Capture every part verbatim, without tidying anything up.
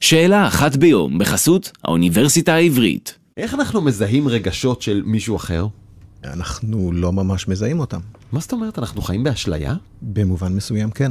שאלה אחת ביום בחסות האוניברסיטה העברית. איך אנחנו מזהים רגשות של מישהו אחר? אנחנו לא ממש מזהים אותם. מה זאת אומרת? אנחנו חיים באשליה? במובן מסוים כן.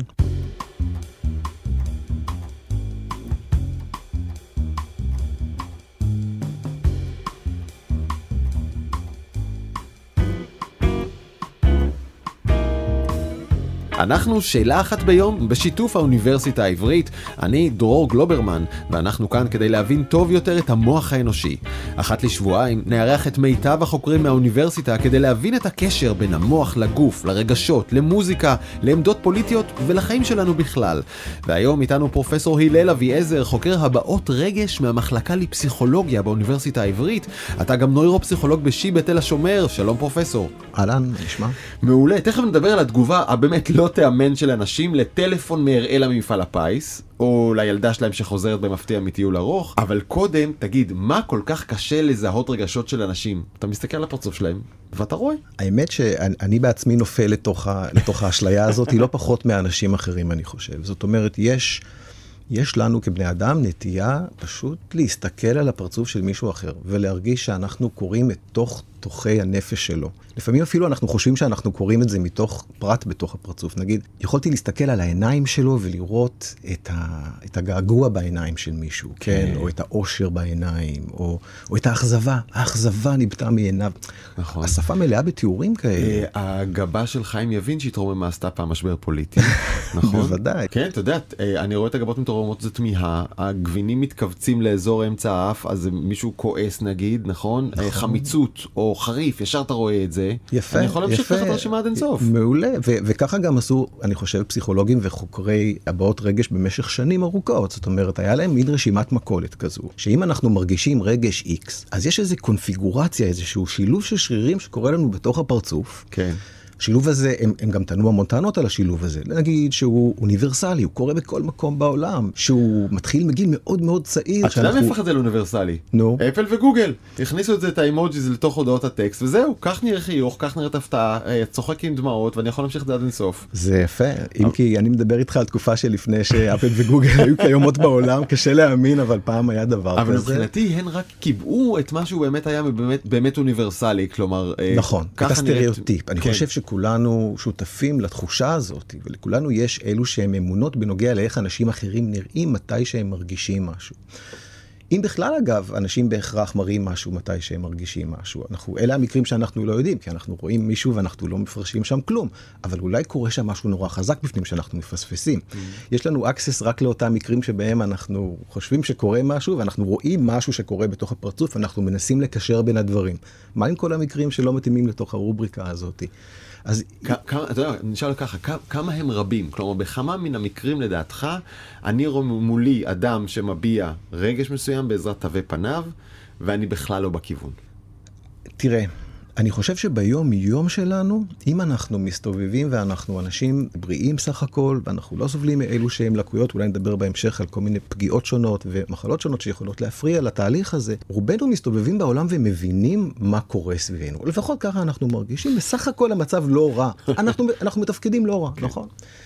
אנחנו שאלה אחת ביום בשיתוף האוניברסיטה העברית. אני דרור גלוברמן, ואנחנו כאן כדי להבין טוב יותר את המוח האנושי. אחת לשבועיים נארח את מיטב החוקרים מהאוניברסיטה כדי להבין את הקשר בין המוח לגוף, לרגשות, למוזיקה, לעמדות פוליטיות ולחיים שלנו בכלל. והיום איתנו פרופסור הלל אביעזר, חוקר הבעות רגש מהמחלקה לפסיכולוגיה באוניברסיטה העברית. אתה גם נוירופסיכולוג בשיבא בתל השומר. שלום פרופסור. אהלן, נשמע? מעולה. תכף נדבר על התגובה הבאמת לא תאמן של אנשים לטלפון מהראלה ממפעל הפיס, או לילדה שלהם שחוזרת במפתיע מטיול ארוך. אבל קודם, תגיד, מה כל כך קשה לזהות רגשות של אנשים? אתה מסתכל על הפרצוף שלהם, ואתה רואה. האמת שאני בעצמי נופל לתוך, ה, לתוך האשליה הזאת, היא לא פחות מאנשים אחרים, אני חושב. זאת אומרת, יש, יש לנו כבני אדם נטייה פשוט להסתכל על הפרצוף של מישהו אחר, ולהרגיש שאנחנו קוראים את תוך תוכי הנפש שלו. לפעמים אפילו אנחנו חושבים שאנחנו קוראים את זה מתוך פרט בתוך הפרצוף. נגיד, יכולתי להסתכל על העיניים שלו ולראות את, ה, את הגעגוע בעיניים של מישהו, כן? כן? או את האושר בעיניים, או, או את האכזבה. האכזבה נבטה מעיניו. נכון. השפה מלאה בתיאורים כאלה. הגבה של חיים יבין שהתרוממה עשתה פעם משבר פוליטי. נכון? בוודאי. כן, אתה יודע, אני רואה את הגבות מתרוממות, זה תמיהה. הגבינים מתכווצים לאזור אמצע האף, אז מישהו כועס נגיד, נכון? נכון. חמיצות או חריף, ישר אתה רואה את זה. יפה, אני יכול להמשיך ככה את הרשימה עד אינסוף. מעולה, ו- וככה גם עשו, אני חושב, פסיכולוגים וחוקרי הבעות רגש במשך שנים ארוכות. זאת אומרת, היה להם מין רשימת מכולת כזו, שאם אנחנו מרגישים רגש X, אז יש איזו קונפיגורציה, איזשהו שילוב של שרירים שקורה לנו בתוך הפרצוף. כן. השילוב הזה, הם, הם גם תנו המון טענות על השילוב הזה. נגיד שהוא אוניברסלי, הוא קורה בכל מקום בעולם, שהוא מתחיל מגיל מאוד מאוד צעיר. אתה יודע מפחד זה לאוניברסלי? נו. אפל וגוגל. הכניסו את זה, את האימוג'יז לתוך הודעות הטקסט, וזהו, כך נראה חיוך, כך נראית הפתעה, צוחק עם דמעות, ואני יכול להמשיך את זה עד אינסוף. זה יפה. אם כי אני מדבר איתך על תקופה שלפני שאפל וגוגל היו קיימות בעולם, קשה להאמין, אבל פעם היה דבר כזה. אבל מבחינתי הן רק קיבעו את מה שהוא באמת היה באמת, באמת אוניברסלי, כלומר, נכון, את הסטריאוטיפ. אני חושב כולנו שותפים לתחושה הזאת, ולכולנו יש אלו שהם אמונות בנוגע לאיך אנשים אחרים נראים מתי שהם מרגישים משהו. אם בכלל אגב, אנשים בהכרח מראים משהו מתי שהם מרגישים משהו. אנחנו, אלה המקרים שאנחנו לא יודעים, כי אנחנו רואים מישהו ואנחנו לא מפרשים שם כלום. אבל אולי קורה שם משהו נורא חזק בפנים שאנחנו מפספסים. Mm. יש לנו אקסס רק לאותם מקרים שבהם אנחנו חושבים שקורה משהו, ואנחנו רואים משהו שקורה בתוך הפרצוף, ואנחנו מנסים לקשר בין הדברים. מה עם כל המקרים שלא מתאימים לתוך הרובריקה הזאת? אז כמה, אתה יודע, נשאל ככה, כמה הם רבים? כלומר, בכמה מן המקרים לדעתך, אני רואה מולי אדם שמביע רגש מסוים בעזרת תווי פניו, ואני בכלל לא בכיוון. תראה, אני חושב שביום יום שלנו, אם אנחנו מסתובבים ואנחנו אנשים בריאים סך הכל, ואנחנו לא סובלים מאלו שהם לקויות, אולי נדבר בהמשך על כל מיני פגיעות שונות ומחלות שונות שיכולות להפריע לתהליך הזה, רובנו מסתובבים בעולם ומבינים מה קורה סביבנו. לפחות ככה אנחנו מרגישים, בסך הכל המצב לא רע. אנחנו, אנחנו מתפקדים לא רע, נכון?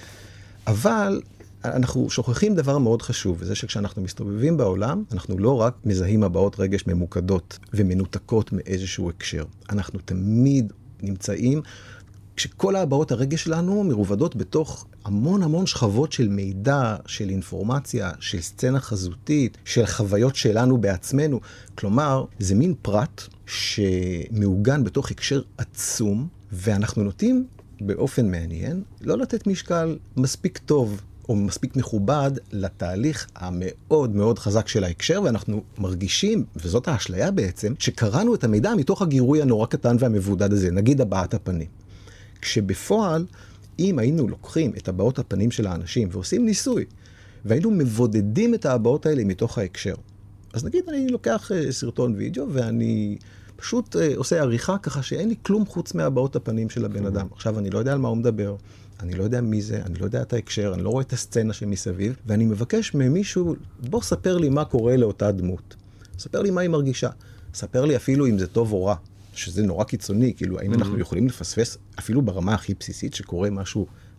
אבל אנחנו שוכחים דבר מאוד חשוב, וזה שכשאנחנו מסתובבים בעולם, אנחנו לא רק מזהים הבעות רגש ממוקדות ומנותקות מאיזשהו הקשר. אנחנו תמיד נמצאים, כשכל הבעות הרגש שלנו מרובדות בתוך המון המון שכבות של מידע, של אינפורמציה, של סצנה חזותית, של חוויות שלנו בעצמנו. כלומר, זה מין פרט שמעוגן בתוך הקשר עצום, ואנחנו נוטים באופן מעניין לא לתת משקל מספיק טוב או מספיק מכובד לתהליך המאוד מאוד חזק של ההקשר, ואנחנו מרגישים, וזאת האשליה בעצם, שקראנו את המידע מתוך הגירוי הנורא קטן והמבודד הזה, נגיד הבעת הפנים. כשבפועל, אם היינו לוקחים את הבעות הפנים של האנשים ועושים ניסוי, והיינו מבודדים את הבעות האלה מתוך ההקשר, אז נגיד אני לוקח סרטון וידאו ואני פשוט עושה עריכה ככה שאין לי כלום חוץ מהבעות הפנים של הבן אדם. עכשיו אני לא יודע על מה הוא מדבר, אני לא יודע מי זה, אני לא יודע את ההקשר, אני לא רואה את הסצנה שמסביב, ואני מבקש ממישהו, בוא ספר לי מה קורה לאותה דמות. ספר לי מה היא מרגישה. ספר לי אפילו אם זה טוב או רע, שזה נורא קיצוני, כאילו האם אנחנו יכולים לפספס אפילו ברמה הכי בסיסית שקורה משהו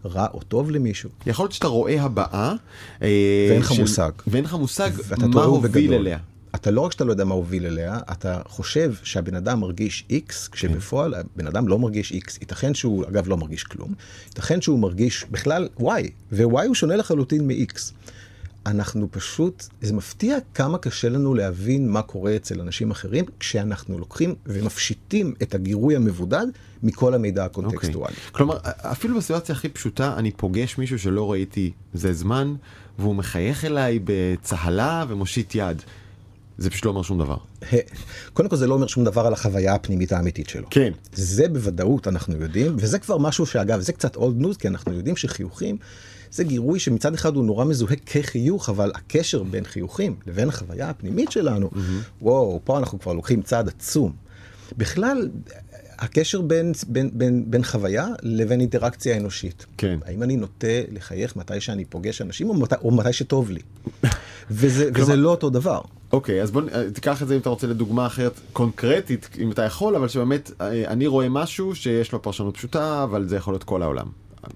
רע או טוב למישהו. יכול להיות שאתה רואה הבאה, ואין לך מושג. ואין לך מושג מה הוביל אליה. אתה לא רק שאתה לא יודע מה הוביל אליה, אתה חושב שהבן אדם מרגיש X, כשבפועל הבן אדם לא מרגיש X. ייתכן שהוא, אגב, לא מרגיש כלום. ייתכן שהוא מרגיש בכלל Y, ו-Y הוא שונה לחלוטין מ-X. אנחנו פשוט, זה מפתיע כמה קשה לנו להבין מה קורה אצל אנשים אחרים, כשאנחנו לוקחים ומפשיטים את הגירוי המבודד מכל המידע הקונטקסטואלי. Okay. כלומר, אפילו בסיטואציה הכי פשוטה, אני פוגש מישהו שלא ראיתי זה זמן, והוא מחייך אליי בצהלה ומושיט יד. זה פשוט לא אומר שום דבר. קודם כל זה לא אומר שום דבר על החוויה הפנימית האמיתית שלו. כן. זה בוודאות אנחנו יודעים, וזה כבר משהו שאגב, זה קצת old news, כי אנחנו יודעים שחיוכים, זה גירוי שמצד אחד הוא נורא מזוהה כחיוך, אבל הקשר בין חיוכים לבין החוויה הפנימית שלנו, mm-hmm. וואו, פה אנחנו כבר לוקחים צעד עצום. בכלל, הקשר בין, בין, בין, בין חוויה לבין אינטראקציה אנושית. כן. האם אני נוטה לחייך מתי שאני פוגש אנשים, או מתי, או מתי שטוב לי? וזה, וזה לא אותו דבר. אוקיי, אז בוא תיקח את זה אם אתה רוצה לדוגמה אחרת קונקרטית, אם אתה יכול, אבל שבאמת אני רואה משהו שיש לו פרשנות פשוטה, אבל זה יכול להיות כל העולם.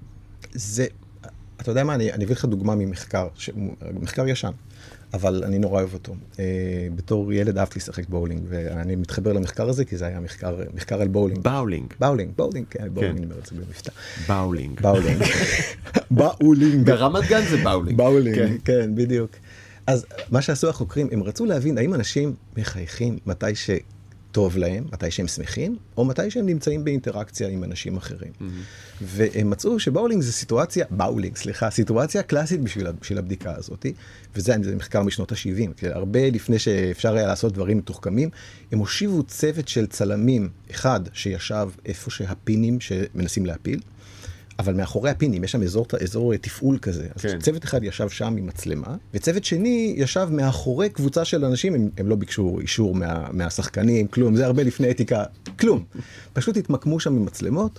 זה, אתה יודע מה, אני, אני אביא לך דוגמה ממחקר, ש, מחקר ישן, אבל אני נורא אוהב אותו. אה, בתור ילד אהבתי לשחק בואולינג, ואני מתחבר למחקר הזה, כי זה היה מחקר, מחקר על בואולינג. באולינג. באולינג, באולינג, כן, בואולינג נדבר את זה במבטא. באולינג. באולינג. באולינג. ברמת גן זה באולינג. באולינג, כן, כן, בדיוק. אז מה שעשו החוקרים, הם רצו להבין האם אנשים מחייכים מתי שטוב להם, מתי שהם שמחים, או מתי שהם נמצאים באינטראקציה עם אנשים אחרים. Mm-hmm. והם מצאו שבאולינג זה סיטואציה, באולינג, סליחה, סיטואציה קלאסית בשביל, בשביל הבדיקה הזאת, וזה זה מחקר משנות ה-שבעים, כי הרבה לפני שאפשר היה לעשות דברים מתוחכמים, הם הושיבו צוות של צלמים, אחד שישב איפה שהפינים שמנסים להפיל, אבל מאחורי הפינים, יש שם אזור, אזור תפעול כזה. אז כן. צוות אחד ישב שם עם מצלמה, וצוות שני ישב מאחורי קבוצה של אנשים, הם, הם לא ביקשו אישור מה, מהשחקנים, כלום, זה הרבה לפני אתיקה, כלום. פשוט התמקמו שם עם מצלמות,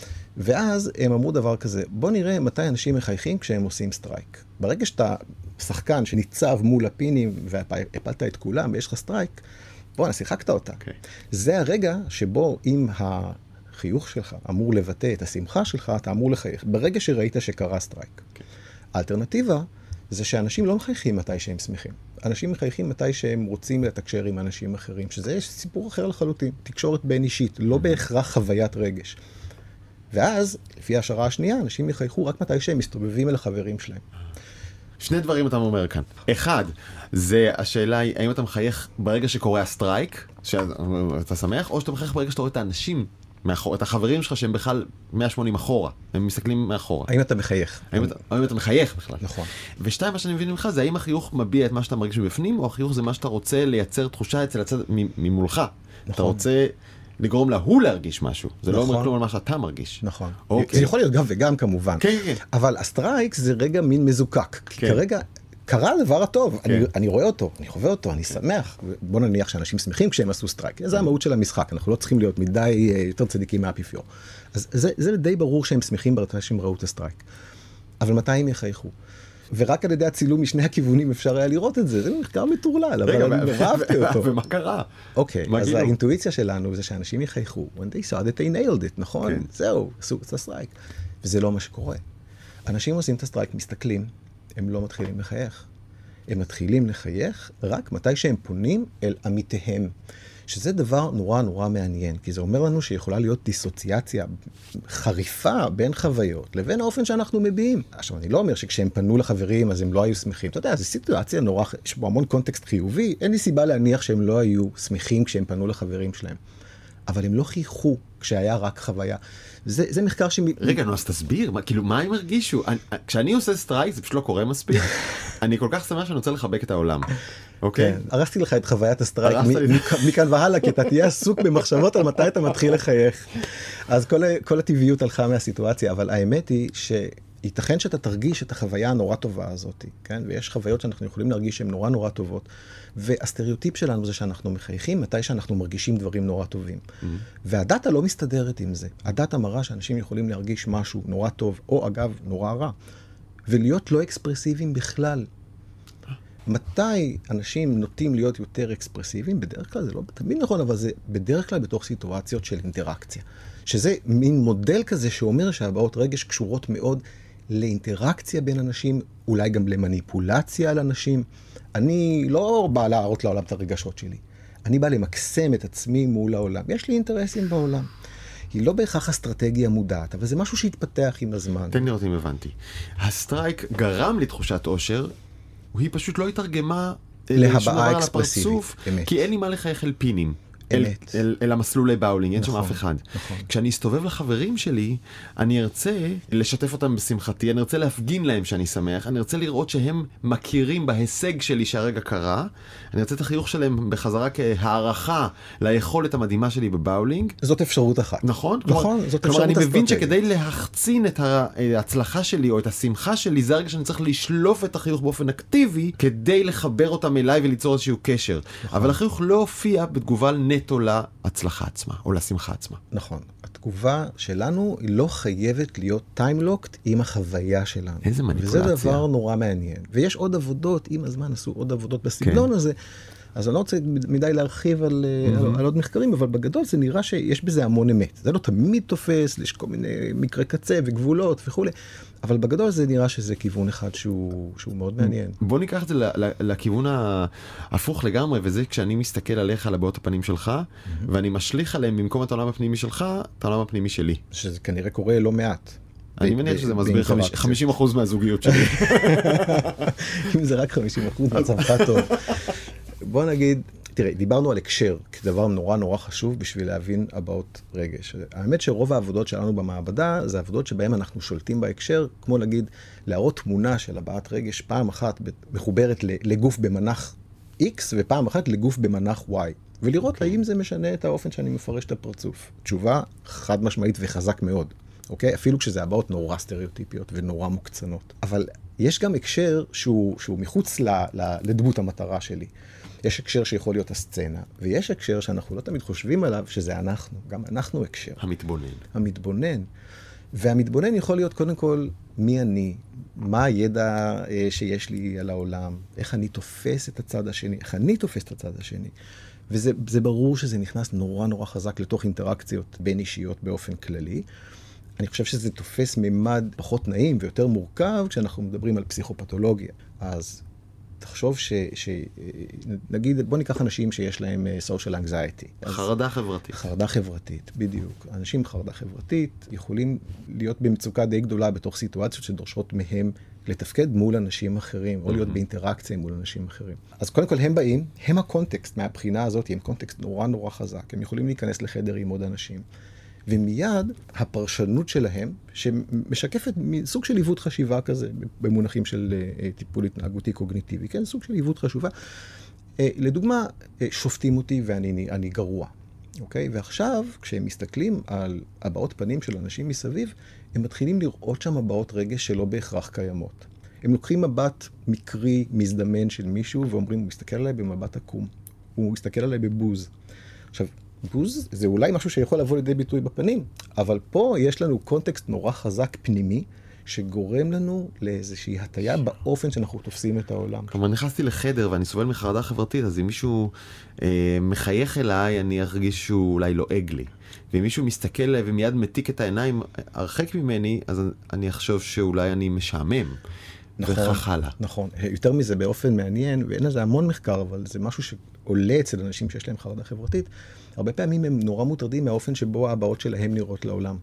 ואז הם אמרו דבר כזה, בוא נראה מתי אנשים מחייכים כשהם עושים סטרייק. ברגע שאתה שחקן שניצב מול הפינים, והפלת את כולם, ויש לך סטרייק, בוא נשיחקת אותה. Okay. זה הרגע שבו אם ה... חיוך שלך אמור לבטא את השמחה שלך, אתה אמור לחייך, ברגע שראית שקרה סטרייק. Okay. האלטרנטיבה זה שאנשים לא מחייכים מתי שהם שמחים. אנשים מחייכים מתי שהם רוצים לתקשר עם אנשים אחרים, שזה סיפור אחר לחלוטין, תקשורת בין אישית, לא בהכרח חוויית רגש. ואז, לפי השערה השנייה, אנשים יחייכו רק מתי שהם מסתובבים אל החברים שלהם. שני דברים אתה אומר כאן. אחד, זה השאלה היא, האם אתה מחייך ברגע שקורה הסטרייק, שאתה שמח, או שאתה מחייך ברגע שאתה רואה את האנשים מאחור, את החברים שלך שהם בכלל מאה ושמונים אחורה, הם מסתכלים מאחורה. האם אתה מחייך? האם אתה, האם אתה מחייך בכלל? נכון. ושתיים, מה שאני מבין ממך, זה האם החיוך מביע את מה שאתה מרגיש בפנים, או החיוך זה מה שאתה רוצה לייצר תחושה אצל הצד ממולך. נכון. אתה רוצה לגרום לה הוא להרגיש משהו. זה נכון. לא אומר כלום על מה שאתה מרגיש. נכון. אוקיי. זה יכול להיות גם וגם כמובן. כן, כן. אבל הסטרייק זה רגע מין מזוקק. כן. כרגע קרה הדבר הטוב, כן. אני, אני רואה אותו, אני חווה אותו, אני שמח. בוא נניח שאנשים שמחים כשהם עשו סטרייק. זה המהות של המשחק, אנחנו לא צריכים להיות מדי יותר צדיקים מהאפיפיור. אז זה, זה די ברור שהם שמחים ברגע שהם ראו את הסטרייק. אבל מתי הם יחייכו? ורק על ידי הצילום משני הכיוונים אפשר היה לראות את זה. זה מחקר מטורלל, אבל אני נורא אהבתי אותו. ומה קרה? אוקיי, אז האינטואיציה שלנו זה שאנשים יחייכו, when they saw that they nailed it, נכון? זהו, עשו את הסטרייק. וזה לא מה שקורה. אנשים עושים את הסטרייק, מסתכלים, הם לא מתחילים לחייך. הם מתחילים לחייך רק מתי שהם פונים אל עמיתיהם. שזה דבר נורא נורא מעניין, כי זה אומר לנו שיכולה להיות דיסוציאציה חריפה בין חוויות, לבין האופן שאנחנו מביעים. עכשיו, אני לא אומר שכשהם פנו לחברים, אז הם לא היו שמחים. אתה יודע, זו סיטואציה נורא, יש בו המון קונטקסט חיובי, אין לי סיבה להניח שהם לא היו שמחים כשהם פנו לחברים שלהם. אבל הם לא חייכו כשהיה רק חוויה. זה, זה מחקר ש... רגע, נו, אז תסביר, מה, כאילו, מה הם הרגישו? אני, כשאני עושה סטרייק, זה פשוט לא קורה מספיק. אני כל כך שמח שאני רוצה לחבק את העולם. אוקיי? כן, הרסתי לך את חוויית הסטרייק מכאן והלאה, כי אתה תהיה עסוק במחשבות על מתי אתה מתחיל לחייך. אז כל, כל הטבעיות הלכה מהסיטואציה, אבל האמת היא שייתכן שאתה תרגיש את החוויה הנורא טובה הזאת, כן? ויש חוויות שאנחנו יכולים להרגיש שהן נורא נורא טובות, והסטריאוטיפ שלנו זה שאנחנו מחייכים מתי שאנחנו מרגישים דברים נורא טובים. Mm-hmm. והדאטה לא מסתדרת עם זה. הדאטה מראה שאנשים יכולים להרגיש משהו נורא טוב, או אגב, נורא רע, ולהיות לא אקספרסיביים בכלל. מתי אנשים נוטים להיות יותר אקספרסיביים? בדרך כלל זה לא תמיד נכון, אבל זה בדרך כלל בתוך סיטואציות של אינטראקציה. שזה מין מודל כזה שאומר שהבעות רגש קשורות מאוד לאינטראקציה בין אנשים, אולי גם למניפולציה על אנשים. אני לא בא להראות לעולם את הרגשות שלי. אני בא למקסם את עצמי מול העולם. יש לי אינטרסים בעולם. היא לא בהכרח אסטרטגיה מודעת, אבל זה משהו שהתפתח עם הזמן. תן לראות אם הבנתי. הסטרייק גרם לתחושת אושר, היא פשוט לא התרגמה להבעה אקספרסיבית. כי אין לי מה לחייך אל פינים. אל, אל, אל המסלולי באולינג, אין נכון, שם אף אחד. נכון. כשאני אסתובב לחברים שלי, אני ארצה לשתף אותם בשמחתי, אני ארצה להפגין להם שאני שמח, אני ארצה לראות שהם מכירים בהישג שלי שהרגע קרה, אני ארצה את החיוך שלהם בחזרה כהערכה ליכולת המדהימה שלי בבאולינג. זאת אפשרות אחת. נכון? נכון, כלומר, זאת כלומר, אפשרות אני מבין שכדי להחצין את ההצלחה שלי או את השמחה שלי, זה הרגע שאני צריך לשלוף את החיוך באופן אקטיבי, כדי לחבר אותם אליי וליצור איזשהו קשר. נכון. אבל החיוך לא הופיע בתגובה נטו להצלחה עצמה, או לשמחה עצמה. נכון. התגובה שלנו היא לא חייבת להיות טיימלוקט עם החוויה שלנו. איזה מניפולציה. וזה דבר נורא מעניין. ויש עוד עבודות, עם הזמן עשו עוד עבודות בסגנון כן. הזה, אז אני לא רוצה מדי להרחיב על, mm-hmm. על, על עוד מחקרים, אבל בגדול זה נראה שיש בזה המון אמת. זה לא תמיד תופס, יש כל מיני מקרי קצה וגבולות וכו'. אבל בגדול זה נראה שזה כיוון אחד שהוא, שהוא מאוד מעניין. בוא ניקח את זה לכיוון ההפוך לגמרי, וזה כשאני מסתכל עליך, על הבעות הפנים שלך, mm-hmm. ואני משליך עליהם במקום את העולם הפנימי שלך, את העולם הפנימי שלי. שזה כנראה קורה לא מעט. אני מניח שזה מסביר חמישים אחוז מהזוגיות שלי. אם זה רק חמישים אחוז, מצבך טוב. בוא נגיד, תראה, דיברנו על הקשר כדבר נורא נורא חשוב בשביל להבין הבעות רגש. האמת שרוב העבודות שלנו במעבדה זה עבודות שבהן אנחנו שולטים בהקשר, כמו להגיד, להראות תמונה של הבעת רגש פעם אחת מחוברת לגוף במנח X ופעם אחת לגוף במנח Y. ולראות okay. האם זה משנה את האופן שאני מפרש את הפרצוף. תשובה חד משמעית וחזק מאוד. אוקיי? אפילו כשזה הבעות נורא סטריאוטיפיות ונורא מוקצנות. אבל יש גם הקשר שהוא, שהוא מחוץ ל, ל, לדמות המטרה שלי. יש הקשר שיכול להיות הסצנה, ויש הקשר שאנחנו לא תמיד חושבים עליו, שזה אנחנו. גם אנחנו הקשר. המתבונן. המתבונן. והמתבונן יכול להיות קודם כל מי אני, מה הידע אה, שיש לי על העולם, איך אני תופס את הצד השני, איך אני תופס את הצד השני. וזה זה ברור שזה נכנס נורא נורא חזק לתוך אינטראקציות בין אישיות באופן כללי. אני חושב שזה תופס ממד פחות נעים ויותר מורכב כשאנחנו מדברים על פסיכופתולוגיה. אז תחשוב ש... ש... נגיד, בוא ניקח אנשים שיש להם social anxiety. חרדה חברתית. חרדה חברתית, בדיוק. אנשים עם חרדה חברתית יכולים להיות במצוקה די גדולה בתוך סיטואציות שדורשות מהם לתפקד מול אנשים אחרים, או להיות באינטראקציה מול אנשים אחרים. אז קודם כל הם באים, הם הקונטקסט מהבחינה הזאת, הם קונטקסט נורא נורא חזק. הם יכולים להיכנס לחדר עם עוד אנשים. ומיד הפרשנות שלהם, שמשקפת סוג של עיוות חשיבה כזה, במונחים של טיפול התנהגותי קוגניטיבי, כן? סוג של עיוות חשיבה. לדוגמה, שופטים אותי ואני אני גרוע. אוקיי? ועכשיו, כשהם מסתכלים על הבעות פנים של אנשים מסביב, הם מתחילים לראות שם הבעות רגש שלא בהכרח קיימות. הם לוקחים מבט מקרי, מזדמן של מישהו, ואומרים, הוא מסתכל עליי במבט עקום. הוא מסתכל עליי בבוז. עכשיו, בוז זה אולי משהו שיכול לבוא לידי ביטוי בפנים, אבל פה יש לנו קונטקסט נורא חזק פנימי, שגורם לנו לאיזושהי הטיה באופן שאנחנו תופסים את העולם. כלומר, נכנסתי לחדר ואני סובל מחרדה חברתית, אז אם מישהו אה, מחייך אליי, אני ארגיש שהוא אולי לועג לי. ואם מישהו מסתכל אליי ומיד מתיק את העיניים הרחק ממני, אז אני אחשוב שאולי אני משעמם. נכון, וכך הלאה. נכון. יותר מזה באופן מעניין, ואין לזה המון מחקר, אבל זה משהו שעולה אצל אנשים שיש להם חרדה חברתית. הרבה פעמים הם נורא מוטרדים מהאופן שבו הבעות שלהם נראות לעולם.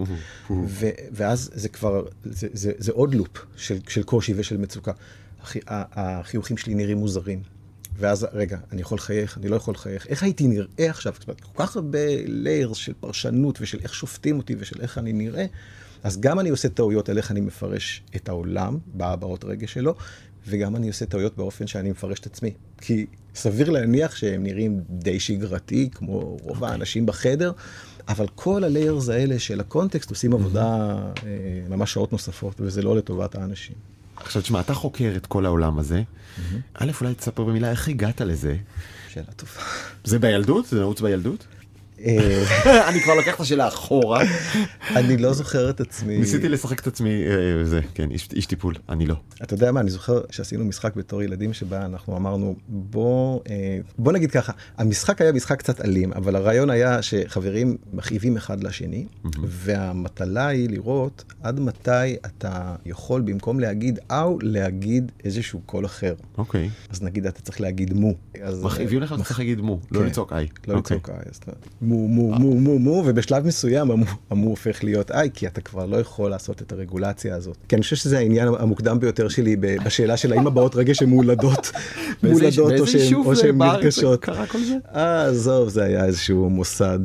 ו- ואז זה כבר, זה, זה, זה עוד לופ של, של קושי ושל מצוקה. החי- החיוכים שלי נראים מוזרים. ואז, רגע, אני יכול לחייך, אני לא יכול לחייך. איך הייתי נראה עכשיו? כל כך הרבה ליירס של פרשנות ושל איך שופטים אותי ושל איך אני נראה. אז גם אני עושה טעויות על איך אני מפרש את העולם, בהבעות רגש שלו, וגם אני עושה טעויות באופן שאני מפרש את עצמי. כי סביר להניח שהם נראים די שגרתי, כמו רוב האנשים בחדר, אבל כל הליירס האלה של הקונטקסט עושים עבודה ממש שעות נוספות, וזה לא לטובת האנשים. עכשיו, תשמע, אתה חוקר את כל העולם הזה. א', אולי תספר במילה, איך הגעת לזה? שאלה טובה. זה בילדות? זה נעוץ בילדות? אני כבר לוקח את השאלה אחורה. אני לא זוכר את עצמי. ניסיתי לשחק את עצמי, זה, כן, איש טיפול, אני לא. אתה יודע מה, אני זוכר שעשינו משחק בתור ילדים שבה אנחנו אמרנו, בוא, בוא נגיד ככה, המשחק היה משחק קצת אלים, אבל הרעיון היה שחברים מכאיבים אחד לשני, והמטלה היא לראות עד מתי אתה יכול במקום להגיד אאו, להגיד איזשהו קול אחר. אוקיי. אז נגיד אתה צריך להגיד מו. מכאיבים לך, אתה צריך להגיד מו, לא לצעוק איי. לא לצעוק איי. מו, מו, מו, מו, מו, ובשלב מסוים המו הופך להיות איי, כי אתה כבר לא יכול לעשות את הרגולציה הזאת. כי אני חושב שזה העניין המוקדם ביותר שלי בשאלה של האם הבאות רגע שמולדות, מולדות או שהן נרכשות. קרה כל זה? אה, עזוב, זה היה איזשהו מוסד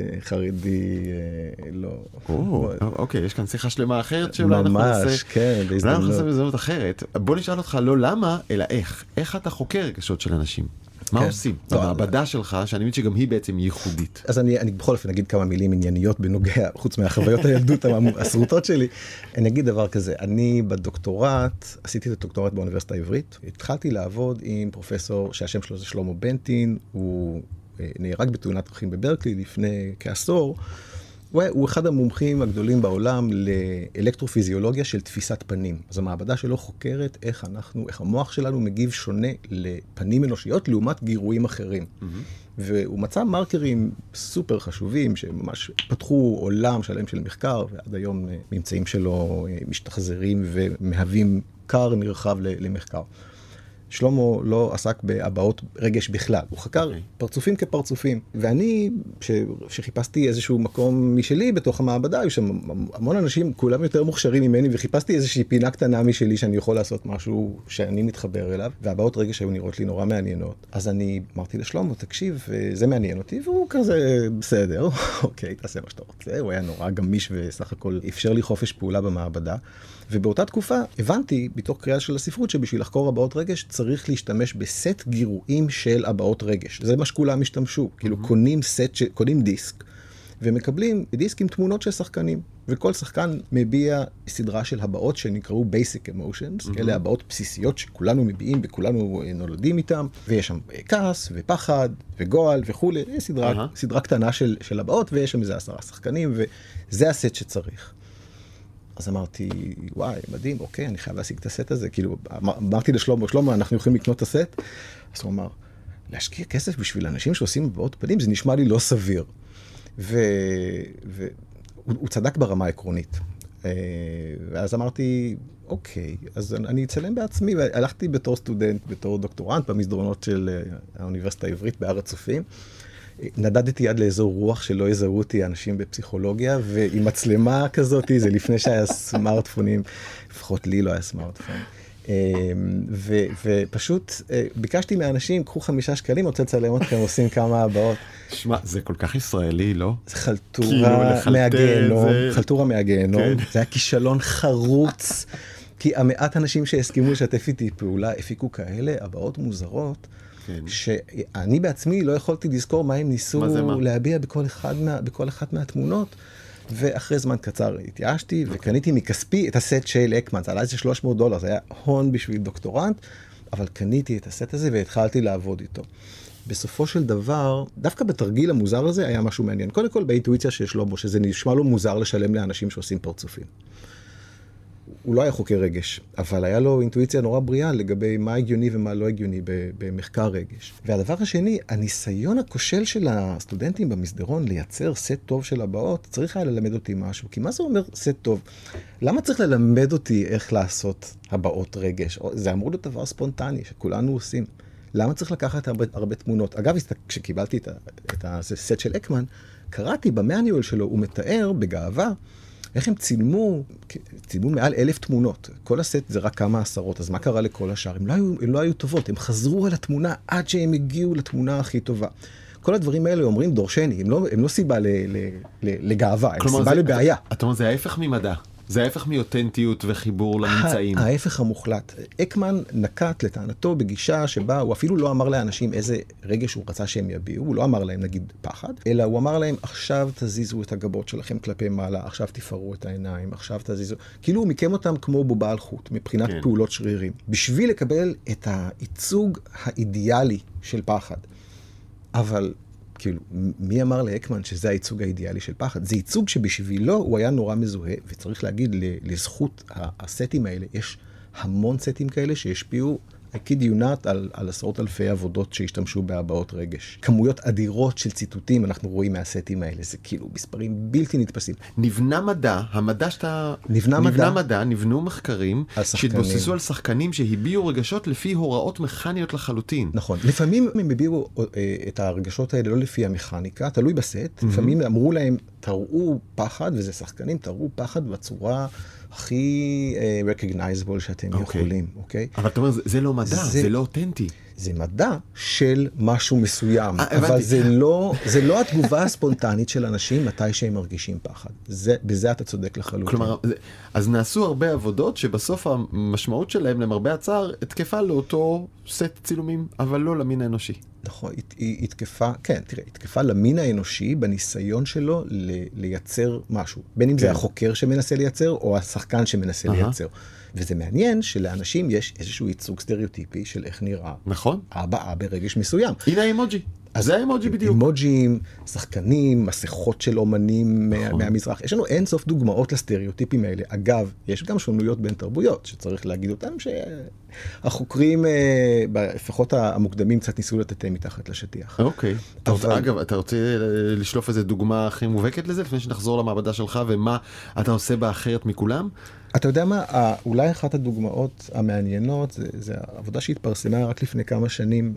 חרדי, לא. אוקיי, יש כאן שיחה שלמה אחרת שאולי אנחנו נעשה. ממש, כן, בהזדמנות. אולי אנחנו נעשה בזדמנות אחרת. בוא נשאל אותך לא למה, אלא איך. איך אתה חוקר רגשות של אנשים? מה עושים? במעבדה שלך, שאני מבין שגם היא בעצם ייחודית. אז אני, אני בכל אופן אגיד כמה מילים ענייניות בנוגע, חוץ מהחוויות הילדות הסרוטות שלי. אני אגיד דבר כזה, אני בדוקטורט, עשיתי את הדוקטורט באוניברסיטה העברית, התחלתי לעבוד עם פרופסור שהשם שלו זה שלמה בנטין, הוא נהרג בתאונת דרכים בברקלי לפני כעשור, הוא אחד המומחים הגדולים בעולם לאלקטרופיזיולוגיה של תפיסת פנים. אז המעבדה שלו חוקרת איך אנחנו, איך המוח שלנו מגיב שונה לפנים אנושיות לעומת גירויים אחרים. Mm-hmm. והוא מצא מרקרים סופר חשובים שממש פתחו עולם שלם של מחקר, ועד היום ממצאים שלו משתחזרים ומהווים כר נרחב למחקר. שלמה לא עסק בהבעות רגש בכלל, הוא חקר okay. פרצופים כפרצופים, ואני, ש... שחיפשתי איזשהו מקום משלי בתוך המעבדה, היו שם המון אנשים, כולם יותר מוכשרים ממני, וחיפשתי איזושהי פינה קטנה משלי שאני יכול לעשות משהו שאני מתחבר אליו, והבעות רגש היו נראות לי נורא מעניינות. אז אני אמרתי לשלמה, תקשיב, זה מעניין אותי, והוא כזה בסדר, אוקיי, תעשה מה שאתה רוצה, הוא היה נורא גמיש וסך הכל אפשר לי חופש פעולה במעבדה, ובאותה תקופה הבנתי, בתוך קריאה של הספרות, שבשביל לחקור הבעות רגש צריך להשתמש בסט גירויים של הבעות רגש. זה מה שכולם השתמשו. Mm-hmm. כאילו קונים סט, קונים דיסק, ומקבלים דיסק עם תמונות של שחקנים. וכל שחקן מביע סדרה של הבעות שנקראו basic emotions, mm-hmm. אלה הבעות בסיסיות שכולנו מביעים וכולנו נולדים איתם, ויש שם כעס ופחד וגועל וכו'. יש סדרה, mm-hmm. סדרה קטנה של, של הבעות, ויש שם איזה עשרה שחקנים, וזה הסט שצריך. אז אמרתי, וואי, מדהים, אוקיי, אני חייב להשיג את הסט הזה. כאילו, אמרתי לשלמה, שלמה, אנחנו יכולים לקנות את הסט? אז הוא אמר, להשקיע כסף בשביל אנשים שעושים הבעות פנים, זה נשמע לי לא סביר. והוא צדק ברמה העקרונית. ואז אמרתי, אוקיי, אז אני אצלם בעצמי, והלכתי בתור סטודנט, בתור דוקטורנט, במסדרונות של האוניברסיטה העברית בהר הצופים. נדדתי עד לאזור רוח שלא יזהו אותי אנשים בפסיכולוגיה, ועם מצלמה כזאת, זה לפני שהיה סמארטפונים, לפחות לי לא היה סמארטפון. ו, ופשוט ביקשתי מהאנשים, קחו חמישה שקלים, רוצה לצלם אתכם, עושים כמה הבאות. שמע, זה כל כך ישראלי, לא? זה חלטורה מהגיהנום, חלטורה מהגיהנום, זה היה כישלון חרוץ, כי המעט אנשים שהסכימו לשתף איתי פעולה, הפיקו כאלה הבאות מוזרות, שאני בעצמי לא יכולתי לזכור מה הם ניסו להביע בכל אחד מה, בכל אחת מהתמונות, ואחרי זמן קצר התייאשתי, וקניתי מכספי את הסט של אקמן, זה עלה איזה שלוש מאות דולר, זה היה הון בשביל דוקטורנט, אבל קניתי את הסט הזה והתחלתי לעבוד איתו. בסופו של דבר, דווקא בתרגיל המוזר הזה היה משהו מעניין. קודם כל באינטואיציה שיש לו בו, שזה נשמע לו מוזר לשלם לאנשים שעושים פרצופים. הוא לא היה חוקר רגש, אבל היה לו אינטואיציה נורא בריאה לגבי מה הגיוני ומה לא הגיוני במחקר רגש. והדבר השני, הניסיון הכושל של הסטודנטים במסדרון לייצר סט טוב של הבאות, צריך היה ללמד אותי משהו. כי מה זה אומר סט טוב? למה צריך ללמד אותי איך לעשות הבאות רגש? זה אמור להיות דבר ספונטני שכולנו עושים. למה צריך לקחת הרבה, הרבה תמונות? אגב, כשקיבלתי את, את הסט של אקמן, קראתי במאניואל שלו, הוא מתאר בגאווה, איך הם צילמו, צילמו מעל אלף תמונות. כל הסט זה רק כמה עשרות, אז מה קרה לכל השאר? הם לא היו, הם לא היו טובות, הם חזרו על התמונה עד שהם הגיעו לתמונה הכי טובה. כל הדברים האלה אומרים דורשני, הם לא, הם לא סיבה ל, ל, ל, לגאווה, הם סיבה זה, לבעיה. אתה אומר, זה ההפך ממדע. זה ההפך מאותנטיות וחיבור לממצאים. ההפך המוחלט. אקמן נקט לטענתו בגישה שבה הוא אפילו לא אמר לאנשים איזה רגש הוא רצה שהם יביעו, הוא לא אמר להם נגיד פחד, אלא הוא אמר להם עכשיו תזיזו את הגבות שלכם כלפי מעלה, עכשיו תפרו את העיניים, עכשיו תזיזו. כאילו הוא מיקם אותם כמו בובה על חוט, מבחינת כן. פעולות שרירים. בשביל לקבל את הייצוג האידיאלי של פחד. אבל כאילו, מי אמר לאקמן שזה הייצוג האידיאלי של פחד? זה ייצוג שבשבילו הוא היה נורא מזוהה, וצריך להגיד לזכות הסטים האלה, יש המון סטים כאלה שהשפיעו, I kid you not, על, על עשרות אלפי עבודות שהשתמשו בהבעות רגש. כמויות אדירות של ציטוטים אנחנו רואים מהסטים האלה, זה כאילו מספרים בלתי נתפסים. נבנה מדע, המדע שאתה... נבנה מדע. נבנה מדע, נבנו מחקרים, שהתבוססו על שחקנים שהביעו רגשות לפי הוראות מכניות לחלוטין. נכון. לפעמים הם הביעו את הרגשות האלה לא לפי המכניקה, תלוי בסט. לפעמים אמרו להם, תראו פחד, וזה שחקנים, תראו פחד בצורה הכי recognizable שאתם יכולים, אוקיי? אבל אתה אומר, זה לא מדע, זה לא אותנטי. זה מדע של משהו מסוים, אבל זה לא, זה לא התגובה הספונטנית של אנשים מתי שהם מרגישים פחד. זה, בזה אתה צודק לחלוטין. כלומר, אז נעשו הרבה עבודות שבסוף המשמעות שלהם למרבה הצער התקפה לאותו סט צילומים, אבל לא למין האנושי. נכון, היא התקפה, כן, תראה, התקפה למין האנושי בניסיון שלו לייצר משהו. בין אם זה החוקר שמנסה לייצר, או השחקן שמנסה לייצר. וזה מעניין שלאנשים יש איזשהו ייצוג סטריאוטיפי של איך נראה. נכון. הבעה ברגש מסוים. הנה האימוג'י. אז זה האימוג'י בדיוק. אימוג'ים, שחקנים, מסכות של אומנים נכון. מהמזרח. יש לנו אין סוף דוגמאות לסטריאוטיפים האלה. אגב, יש גם שונויות בין תרבויות, שצריך להגיד אותם, שהחוקרים, לפחות המוקדמים, קצת ניסו לטאטא מתחת לשטיח. אוקיי. אבל... אגב, אתה רוצה לשלוף איזו דוגמה הכי מובהקת לזה, לפני שנחזור למעבדה שלך, ומה אתה עושה בה אחרת מכולם? אתה יודע מה, אולי אחת הדוגמאות המעניינות, זה, זה העבודה שהתפרסמה רק לפני כמה שנים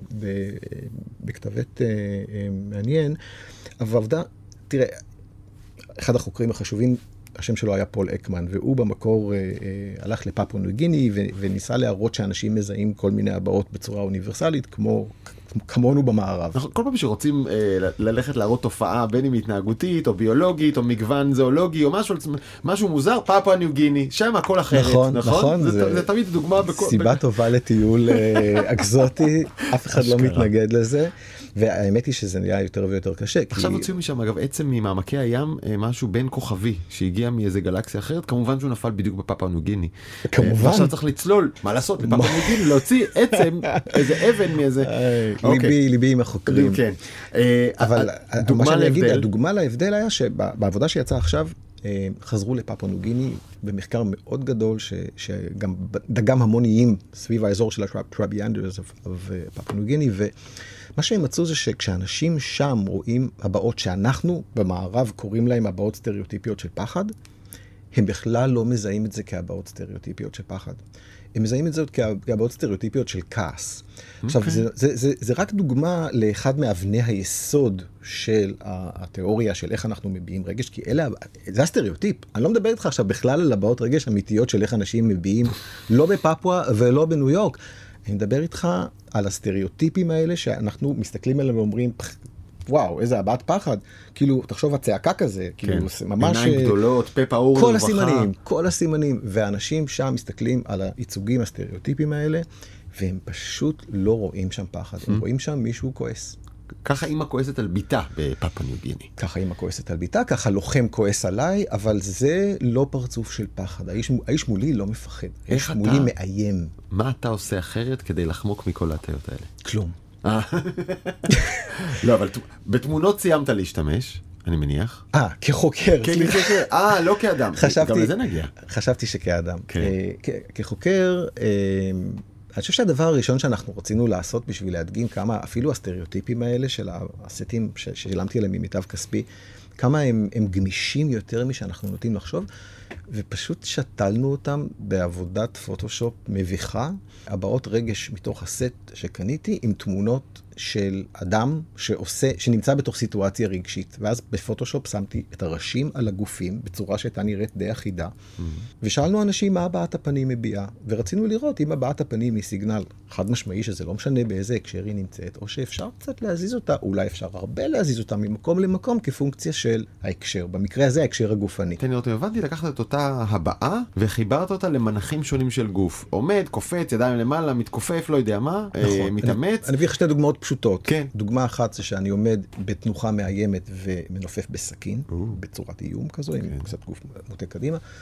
בכתבת מעניין, אבל עבודה, תראה, אחד החוקרים החשובים, השם שלו היה פול אקמן, והוא במקור הלך לפפואה ניו גיני, וניסה להראות שאנשים מזהים כל מיני הבעות בצורה אוניברסלית, כמו... כמונו במערב. נכון, כל פעם שרוצים אה, ללכת להראות תופעה, בין אם התנהגותית, או ביולוגית, או מגוון זואולוגי, או משהו, משהו מוזר, פפואה ניו גיני, שם הכל אחרת, נכון? נכון, נכון זה, זה, זה תמיד דוגמה... בכל, סיבה ב... טובה לטיול אה, אקזוטי, אף אחד לא מתנגד לזה, והאמת היא שזה נהיה יותר ויותר קשה. עכשיו כי... הוציאו משם, אגב, עצם ממעמקי הים, משהו בין כוכבי, שהגיע מאיזה גלקסיה אחרת, כמובן שהוא נפל בדיוק בפפואה ניו גיני. כמובן. עכשיו צריך לצלול, מה לעשות, לפפואה ניו גיני, להוציא עצם, איזה אבן מאיזה... ליבי, ליבי עם החוקרים. כן. אבל מה שאני אגיד, הדוגמה להבדל היה שבעבודה שיצאה עכשיו, חזרו לפפואה ניו גיני במחקר מאוד גדול, שגם דגם המון איים סביב האזור של הטרביאנדרס בפפואה ניו גיני, ומה שהם מצאו זה שכשאנשים שם רואים הבעות שאנחנו במערב קוראים להם הבעות סטריאוטיפיות של פחד, הם בכלל לא מזהים את זה כהבעות סטריאוטיפיות של פחד. הם מזהים את זה כהבעות סטריאוטיפיות של כעס. Okay. עכשיו, זה, זה, זה, זה רק דוגמה לאחד מאבני היסוד של התיאוריה של איך אנחנו מביעים רגש, כי אלה, זה הסטריאוטיפ. אני לא מדבר איתך עכשיו בכלל על הבעות רגש אמיתיות של איך אנשים מביעים, לא בפפואה ולא בניו יורק. אני מדבר איתך על הסטריאוטיפים האלה שאנחנו מסתכלים עליהם ואומרים, וואו, איזה הבעת פחד. כאילו, תחשוב הצעקה כזה, כאילו, ממש... עיניים גדולות, פה פעור, כל הסימנים, כל הסימנים. ואנשים שם מסתכלים על הייצוגים הסטריאוטיפים האלה, והם פשוט לא רואים שם פחד. הם רואים שם מישהו כועס. ככה אמא כועסת על ביתה בפפואה ניו גיני. ככה אמא כועסת על ביתה, ככה לוחם כועס עליי, אבל זה לא פרצוף של פחד. האיש, האיש מולי לא מפחד. האיש מולי מאיים. מה אתה עושה אחרת כדי לחמוק מכל ההטיות האלה? כלום. לא, אבל בתמונות סיימת להשתמש, אני מניח. אה, כחוקר. אה, לא כאדם. גם לזה נגיע. חשבתי שכאדם. כחוקר, אני חושב שהדבר הראשון שאנחנו רצינו לעשות בשביל להדגים כמה, אפילו הסטריאוטיפים האלה של הסטים ששילמתי עליהם ממיטב כספי, כמה הם, הם גמישים יותר משאנחנו נוטים לחשוב, ופשוט שתלנו אותם בעבודת פוטושופ מביכה, הבעות רגש מתוך הסט שקניתי עם תמונות של אדם שעושה, שנמצא בתוך סיטואציה רגשית. ואז בפוטושופ שמתי את הראשים על הגופים בצורה שהייתה נראית די אחידה. Mm-hmm. ושאלנו אנשים מה הבעת הפנים מביעה, ורצינו לראות אם הבעת הפנים היא סיגנל חד משמעי, שזה לא משנה באיזה הקשר היא נמצאת, או שאפשר קצת להזיז אותה, אולי אפשר הרבה להזיז אותה ממקום למקום כפונקציה של ההקשר. במקרה הזה ההקשר הגופני. תן לי אותו, הבנתי, לקחת את אותה הבעה וחיברת אותה למנחים שונים של גוף. עומד, קופץ, ידיים למעלה, מתכופף, לא יודע מה, נכון. אה, מתאמץ. אני, אני אביא לך שתי דוגמאות פשוטות. כן. דוגמה אחת זה שאני עומד בתנוחה מאיימת ומנופף בסכין, בצורת איום כזו, עם קצת גוף מוטה קדימה.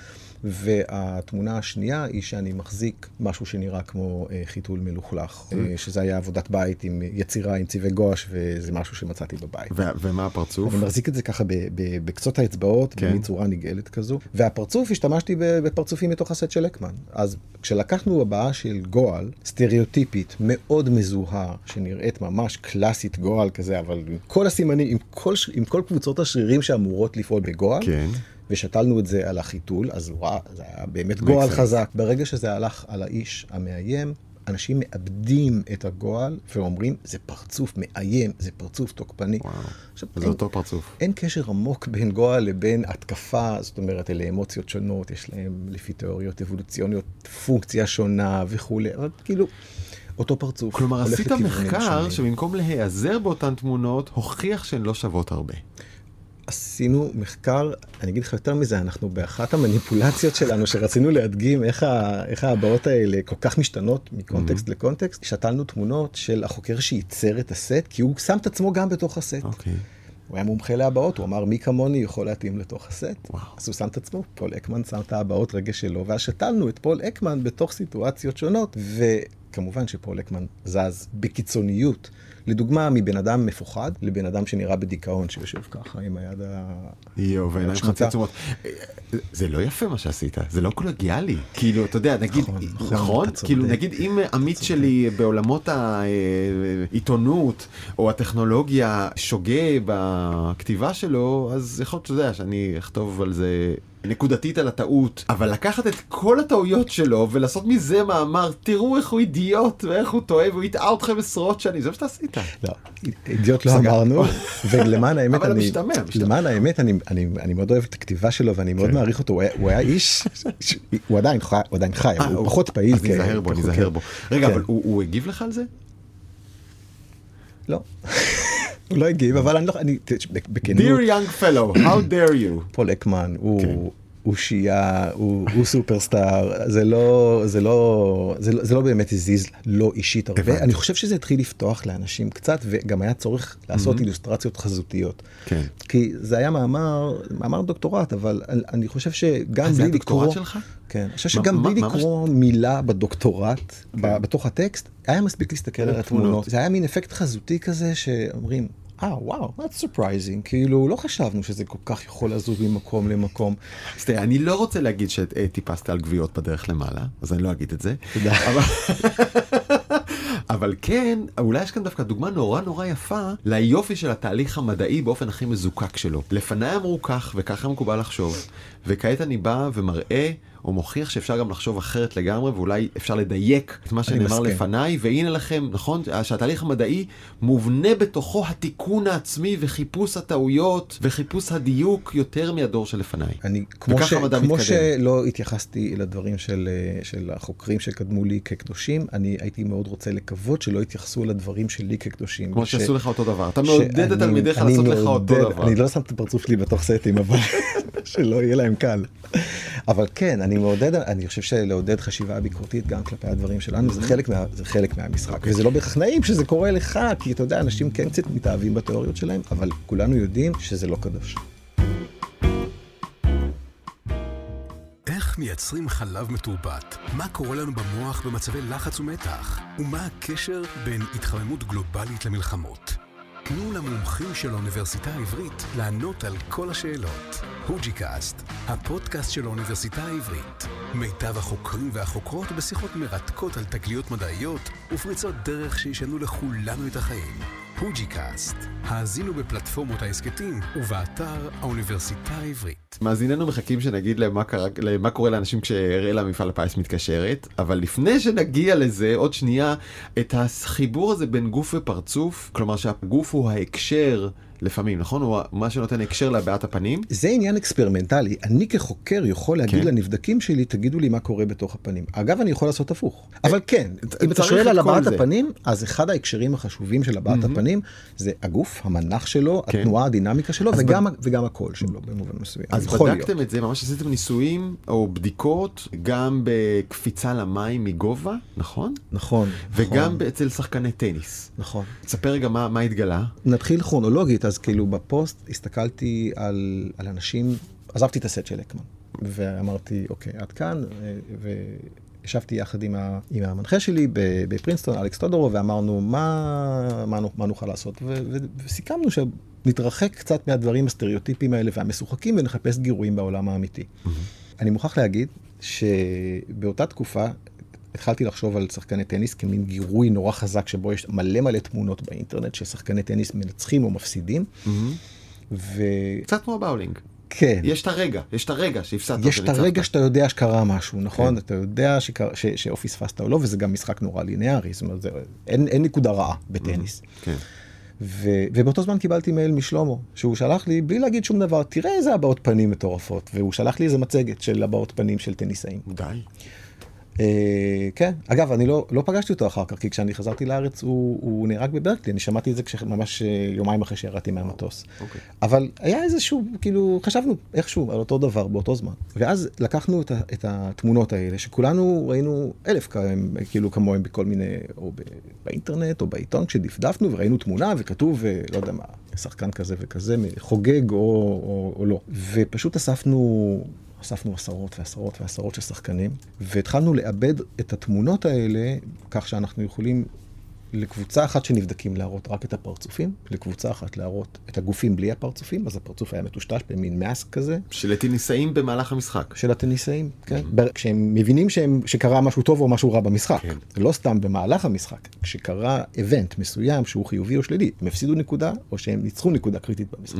והתמונה השנייה היא שאני מחזיק משהו שנראה כמו חיתול מלוכלך, שזה היה עבודת בית עם יצירה, עם צבעי גואש, וזה משהו שמצאתי בבית. ומה הפרצוף? אני מחזיק את זה ככה בקצות האצבעות, בצורה נגעלת כזו. והפרצוף, השתמשתי בפרצופים מתוך הסט של לקמן. אז כשלקחנו הבעה של גואל, סטריאוטיפית, מאוד מזוהה, שנראית ממש קלאסית גואל כזה, אבל עם כל הסימנים, עם כל, עם כל קבוצות השרירים שאמורות לפעול בגואל, כן. ושתלנו את זה על החיתול, אז וואו, זה היה באמת גואל חזק. ברגע שזה הלך על האיש המאיים, אנשים מאבדים את הגואל ואומרים, זה פרצוף מאיים, זה פרצוף תוקפני. וואו, עכשיו, זה אין, אותו פרצוף. אין קשר עמוק בין גואל לבין התקפה, זאת אומרת, אלה אמוציות שונות, יש להם לפי תיאוריות אבולוציוניות, פונקציה שונה וכו', אבל כאילו, אותו פרצוף. כלומר, עשית מחקר שבמקום להיעזר באותן תמונות, הוכיח שהן לא שוות הרבה. עשינו מחקר, אני אגיד לך יותר מזה, אנחנו באחת המניפולציות שלנו, שרצינו להדגים איך, ה, איך ההבאות האלה כל כך משתנות מקונטקסט mm-hmm. לקונטקסט, שתלנו תמונות של החוקר שייצר את הסט, כי הוא שם את עצמו גם בתוך הסט. אוקיי. Okay. הוא היה מומחה להבאות, הוא אמר, מי כמוני יכול להתאים לתוך הסט? וואו. אז הוא שם את עצמו, פול אקמן שם את ההבאות רגע שלו, ואז שתלנו את פול אקמן בתוך סיטואציות שונות, וכמובן שפול אקמן זז בקיצוניות, לדוגמה, מבן אדם מפוחד, לבן אדם שנראה בדיכאון, שיושב ככה עם היד ה... יו, ועיניים חצי עצומות. זה לא יפה מה שעשית, זה לא קולגיאלי. כאילו, אתה יודע, נגיד, נכון? כאילו, נגיד, אם עמית שלי בעולמות העיתונות, או הטכנולוגיה שוגה בכתיבה שלו, אז יכול להיות, אתה יודע, שאני אכתוב על זה נקודתית על הטעות, אבל לקחת את כל הטעויות שלו ולעשות מזה מאמר, תראו איך הוא אידיוט ואיך הוא טועה והוא יטעה אתכם עשרות שנים, זה מה שאתה עשית. לא, אידיוט לא אמרנו, ולמען האמת, אבל המשתמע, למען האמת, אני מאוד אוהב את הכתיבה שלו ואני מאוד מעריך אותו, הוא היה איש, הוא עדיין חי, הוא פחות פעיל. אז נזהר בו, נזהר בו. רגע, אבל הוא הגיב לך על זה? לא. הוא לא הגיב, אבל אני לא... Dear young fellow, how dare you? פול אקמן, הוא שיעה, הוא סופרסטאר, זה לא, זה לא, זה לא באמת הזיז לא אישית הרבה. אני חושב שזה התחיל לפתוח לאנשים קצת, וגם היה צורך לעשות אילוסטרציות חזותיות. כן. כי זה היה מאמר, מאמר דוקטורט, אבל אני חושב שגם בלי לקרוא... זה הדוקטורט שלך? כן. אני חושב שגם בלי לקרוא מילה בדוקטורט, בתוך הטקסט, היה מספיק להסתכל על התמונות. זה היה מין אפקט חזותי כזה שאומרים, אה, וואו, that's surprising. כאילו, לא חשבנו שזה כל כך יכול לזוז ממקום למקום. סתראה, אני לא רוצה להגיד שטיפסת על גביעות בדרך למעלה, אז אני לא אגיד את זה. תודה. אבל כן, אולי יש כאן דווקא דוגמה נורא נורא יפה ליופי של התהליך המדעי באופן הכי מזוקק שלו. לפניי אמרו כך, וככה מקובל לחשוב, וכעת אני בא ומראה או מוכיח שאפשר גם לחשוב אחרת לגמרי, ואולי אפשר לדייק את מה שנאמר לפניי, והנה לכם, נכון, שהתהליך המדעי מובנה בתוכו התיקון העצמי וחיפוש הטעויות וחיפוש הדיוק יותר מהדור שלפניי. אני, כמו, ש, כמו שלא התייחסתי לדברים של, של החוקרים שקדמו לי כקדושים, אני הייתי מאוד רוצה לקוות שלא התייחסו לדברים שלי כקדושים. כמו שעשו לך אותו דבר. אתה מעודד את תלמידיך לעשות לך אותו דבר. אני לא שם את הפרצוף שלי בתוך סטים, אבל שלא יהיה להם קל. אבל כן, אני מעודד, אני חושב שלעודד חשיבה ביקורתית גם כלפי הדברים שלנו, זה חלק מה, זה חלק מהמשחק. וזה לא בהכרח נעים שזה קורה לך, כי אתה יודע, אנשים כן קצת מתאהבים בתיאוריות שלהם, אבל כולנו יודעים שזה לא קדוש. איך מייצרים חלב מתורבת? מה קורה לנו במוח במצבי לחץ ומתח? ומה הקשר בין התחממות גלובלית למלחמות? תנו למומחים של האוניברסיטה העברית לענות על כל השאלות. הוג'יקאסט, הפודקאסט של האוניברסיטה העברית. מיטב החוקרים והחוקרות בשיחות מרתקות על תגליות מדעיות ופריצות דרך שישנו לכולנו את החיים. הוג'יקאסט, האזינו בפלטפורמות העסקתים ובאתר האוניברסיטה העברית. מאזיננו מחכים שנגיד למה, קרה, למה קורה לאנשים כשהראלה מפעל הפיס מתקשרת, אבל לפני שנגיע לזה, עוד שנייה, את החיבור הזה בין גוף ופרצוף, כלומר שהגוף הוא ההקשר לפעמים, נכון? הוא מה שנותן הקשר להבעת הפנים. זה עניין אקספרימנטלי. אני כחוקר יכול להגיד כן. לנבדקים שלי, תגידו לי מה קורה בתוך הפנים. אגב, אני יכול לעשות הפוך. אבל כן, אם אתה שואל על הבעת הפנים, אז אחד ההקשרים החשובים של הבעת mm-hmm. הפנים, זה הגוף, המנח שלו, כן. התנועה, הדינמיקה שלו, וגם, ב... וגם הקול שלו, במובן מסוים. אז בדקתם להיות. את זה, ממש עשיתם ניסויים או בדיקות, גם בקפיצה למים מגובה, נכון? נכון. וגם נכון. אצל שחקני טניס. נכון. תספר רגע מה, מה התגלה. נתחיל כרונולוגית. אז כאילו בפוסט הסתכלתי על, על אנשים, עזבתי את הסט של אקמן. ואמרתי, אוקיי, עד כאן, וישבתי יחד עם, ה, עם המנחה שלי בפרינסטון, אלכס טודורו, ואמרנו, מה, מה, מה נוכל לעשות? ו, ו, וסיכמנו שנתרחק קצת מהדברים הסטריאוטיפיים האלה והמשוחקים, ונחפש גירויים בעולם האמיתי. Mm-hmm. אני מוכרח להגיד שבאותה תקופה, התחלתי לחשוב על שחקני טניס כמין גירוי נורא חזק, שבו יש מלא מלא תמונות באינטרנט, ששחקני טניס מנצחים או מפסידים. ו... קצת כמו באולינג. כן. יש את הרגע, יש את הרגע שהפסדת. יש את הרגע שאתה יודע שקרה משהו, נכון? אתה יודע שאו פספסת או לא, וזה גם משחק נורא לינארי, זאת אומרת, אין נקודה רעה בטניס. כן. ובאותו זמן קיבלתי מייל משלומו, שהוא שלח לי, בלי להגיד שום דבר, תראה איזה הבעות פנים מטורפות, והוא שלח לי איזה מצגת של הבעות פנים של טניסאים. די. כן, אגב, אני לא, לא פגשתי אותו אחר כך, כי כשאני חזרתי לארץ, הוא, הוא נהרג בברקלי, אני שמעתי את זה ממש יומיים אחרי שירדתי מהמטוס. אוקיי. אבל היה איזשהו, כאילו, חשבנו איכשהו על אותו דבר באותו זמן. ואז לקחנו את, ה, את התמונות האלה, שכולנו ראינו אלף כהם, כאילו כמוהם בכל מיני, או באינטרנט, או בעיתון, כשדפדפנו, וראינו תמונה, וכתוב, לא יודע מה, שחקן כזה וכזה, חוגג או, או, או לא. ופשוט אספנו... אספנו עשרות ועשרות ועשרות של שחקנים, והתחלנו לאבד את התמונות האלה, כך שאנחנו יכולים לקבוצה אחת שנבדקים להראות רק את הפרצופים, לקבוצה אחת להראות את הגופים בלי הפרצופים, אז הפרצוף היה מטושטש במין מאסק כזה. של הטניסאים במהלך המשחק. של הטניסאים, כן. כשהם מבינים שהם, שקרה משהו טוב או משהו רע במשחק. כן. לא סתם במהלך המשחק. כשקרה איבנט מסוים שהוא חיובי או שלילי, הם הפסידו נקודה, או שהם ניצחו נקודה קריטית במשחק.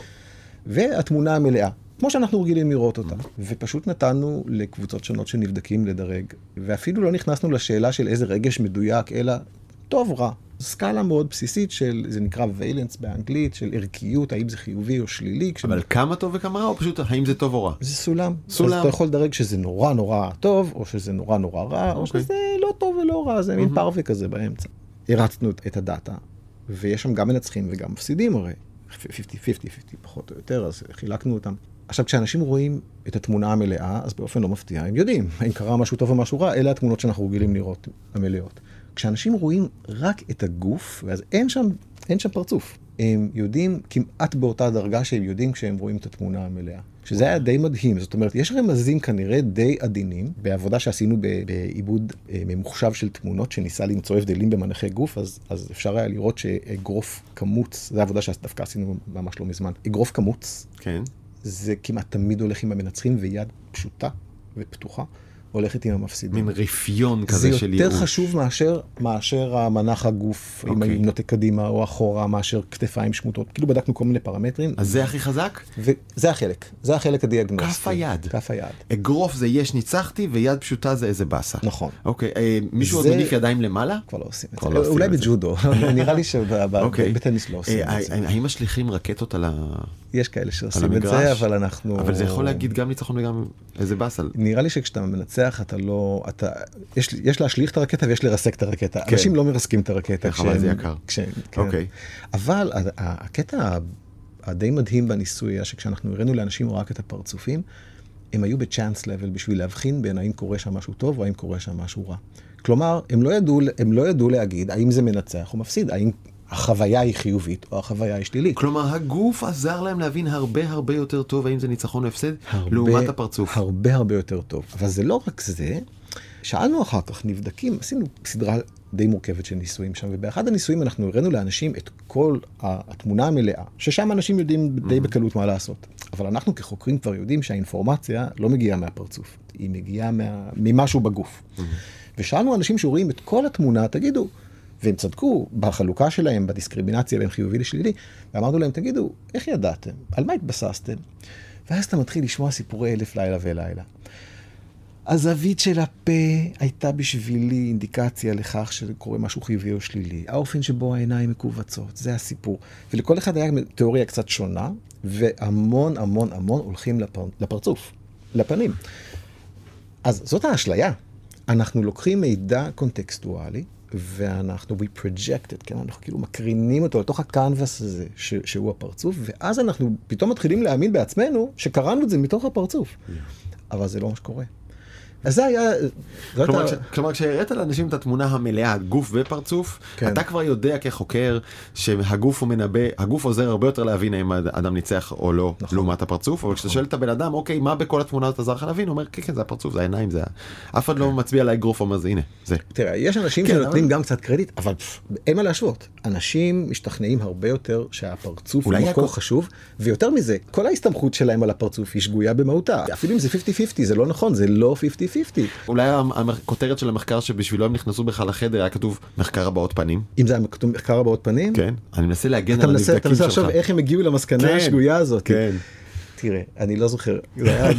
והתמונה המלאה. כמו שאנחנו רגילים לראות אותה. ופשוט נתנו לקבוצות שונות שנבדקים לדרג, ואפילו לא נכנסנו לשאלה של איזה רגש מדויק, אלא טוב רע. סקאלה מאוד בסיסית של, זה נקרא ויילנס באנגלית, של ערכיות, האם זה חיובי או שלילי. אבל כמה טוב וכמה רע, או פשוט האם זה טוב או רע? זה סולם. סולם. אז אתה יכול לדרג שזה נורא נורא טוב, או שזה נורא נורא רע, או שזה לא טוב ולא רע, זה מין פרווה כזה באמצע. הרצנו את הדאטה, ויש שם גם מנצחים וגם מפסידים הרי. חמישים חמישים, פחות או יותר, אז חילקנו אותם. עכשיו, כשאנשים רואים את התמונה המלאה, אז באופן לא מפתיע, הם יודעים, אם קרה משהו טוב או משהו רע, אלה התמונות שאנחנו רגילים לראות המלאות. כשאנשים רואים רק את הגוף, ואז אין שם, אין שם פרצוף. הם יודעים כמעט באותה דרגה שהם יודעים כשהם רואים את התמונה המלאה. שזה היה די מדהים, זאת אומרת, יש רמזים כנראה די עדינים, בעבודה שעשינו בעיבוד ממוחשב של תמונות, שניסה למצוא הבדלים במנחי גוף, אז, אז אפשר היה לראות שאגרוף כמוץ, זו עבודה שדווקא עשינו ממש לא מזמן, אגרוף כמוץ. כן. זה כמעט תמיד הולך עם המנצחים, ויד פשוטה ופתוחה הולכת עם המפסידים. מין רפיון כזה של ייעוץ. זה יותר חשוב מאשר, מאשר המנח הגוף, okay. אם נוטה קדימה או אחורה, מאשר כתפיים שמוטות. כאילו בדקנו כל מיני פרמטרים. אז זה הכי חזק? וזה החלק. זה החלק הדיאגנוסטי. כף היד. כף היד. אגרוף זה יש ניצחתי, ויד פשוטה זה איזה בסה. נכון. אוקיי. אה, מישהו עוד מניף ידיים למעלה? כבר לא עושים את זה. אולי בג'ודו. נראה לי שבטניס לא עושים את זה. האם משליחים רקטות על ה... יש כאלה שעושים את זה, אבל אנחנו... אבל זה יכול להגיד גם ניצחון וגם איזה בסל. נראה לי שכשאתה מנצח, אתה לא... אתה... יש, יש להשליך את הרקטה ויש לרסק את הרקטה. כן. אנשים לא מרסקים את הרקטה. כשהם... אבל זה יקר. כשהם... כן. אוקיי. אבל הקטע הדי מדהים בניסוי היה שכשאנחנו הראינו לאנשים רק את הפרצופים, הם היו בצ'אנס לבל בשביל להבחין בין האם קורה שם משהו טוב או האם קורה שם משהו רע. כלומר, הם לא ידעו, הם לא ידעו להגיד האם זה מנצח או מפסיד, האם החוויה היא חיובית או החוויה היא שלילית. כלומר, הגוף עזר להם להבין הרבה הרבה יותר טוב האם זה ניצחון או הפסד, הרבה, לעומת הפרצוף. הרבה הרבה יותר טוב. אבל זה לא רק זה. שאלנו אחר כך, נבדקים, עשינו סדרה די מורכבת של ניסויים שם, ובאחד הניסויים אנחנו הראינו לאנשים את כל התמונה המלאה, ששם אנשים יודעים די בקלות מה לעשות. אבל אנחנו כחוקרים כבר יודעים שהאינפורמציה לא מגיעה מהפרצוף, היא מגיעה מה, ממשהו בגוף. ושאלנו אנשים שרואים את כל התמונה, תגידו, והם צדקו בחלוקה שלהם, בדיסקרימינציה בין חיובי לשלילי, ואמרנו להם, תגידו, איך ידעתם? על מה התבססתם? ואז אתה מתחיל לשמוע סיפורי אלף לילה ולילה. הזווית של הפה הייתה בשבילי אינדיקציה לכך שקורה משהו חיובי או שלילי. האופן שבו העיניים מקובצות, זה הסיפור. ולכל אחד היה תיאוריה קצת שונה, והמון המון המון הולכים לפר... לפרצוף, לפנים. אז זאת האשליה. אנחנו לוקחים מידע קונטקסטואלי, ואנחנו, we projected, כן? אנחנו כאילו מקרינים אותו לתוך הקנבס הזה, ש... שהוא הפרצוף, ואז אנחנו פתאום מתחילים להאמין בעצמנו, שקראנו את זה מתוך הפרצוף. Yeah. אבל זה לא מה שקורה. אז זה היה... כלומר, כש, כלומר, כשהראית לאנשים את התמונה המלאה, גוף ופרצוף, כן. אתה כבר יודע כחוקר שהגוף הוא מנבא, הגוף עוזר הרבה יותר להבין אם האדם ניצח או לא, נכון. לעומת הפרצוף, אבל כשאתה שואל את הבן אדם, אוקיי, מה בכל התמונה הזאת עזר לך להבין? הוא אומר, כן, כן, זה הפרצוף, זה העיניים, זה... אף אחד כן. לא מצביע על האגרוף, אומר, הנה, זה. תראה, יש אנשים כן, שנותנים אבל... גם קצת קרדיט, אבל אין מה להשוות. אנשים משתכנעים הרבה יותר שהפרצוף הוא מקור כל... חשוב, ויותר מזה, כל ההסתמכות שלהם על הפרצוף היא שגויה במהותה. אפילו אם זה חמישים חמישים, זה לא נכון, זה לא חמישים חמישים. אולי הכותרת של המחקר שבשבילו הם נכנסו בך לחדר היה כתוב מחקר הבעות פנים. אם זה היה כתוב מחקר הבעות פנים? כן. אני מנסה להגן על הנבדקים שלך. אתה מנסה עכשיו איך הם הגיעו למסקנה השגויה הזאת. כן. תראה, אני לא זוכר. זה היה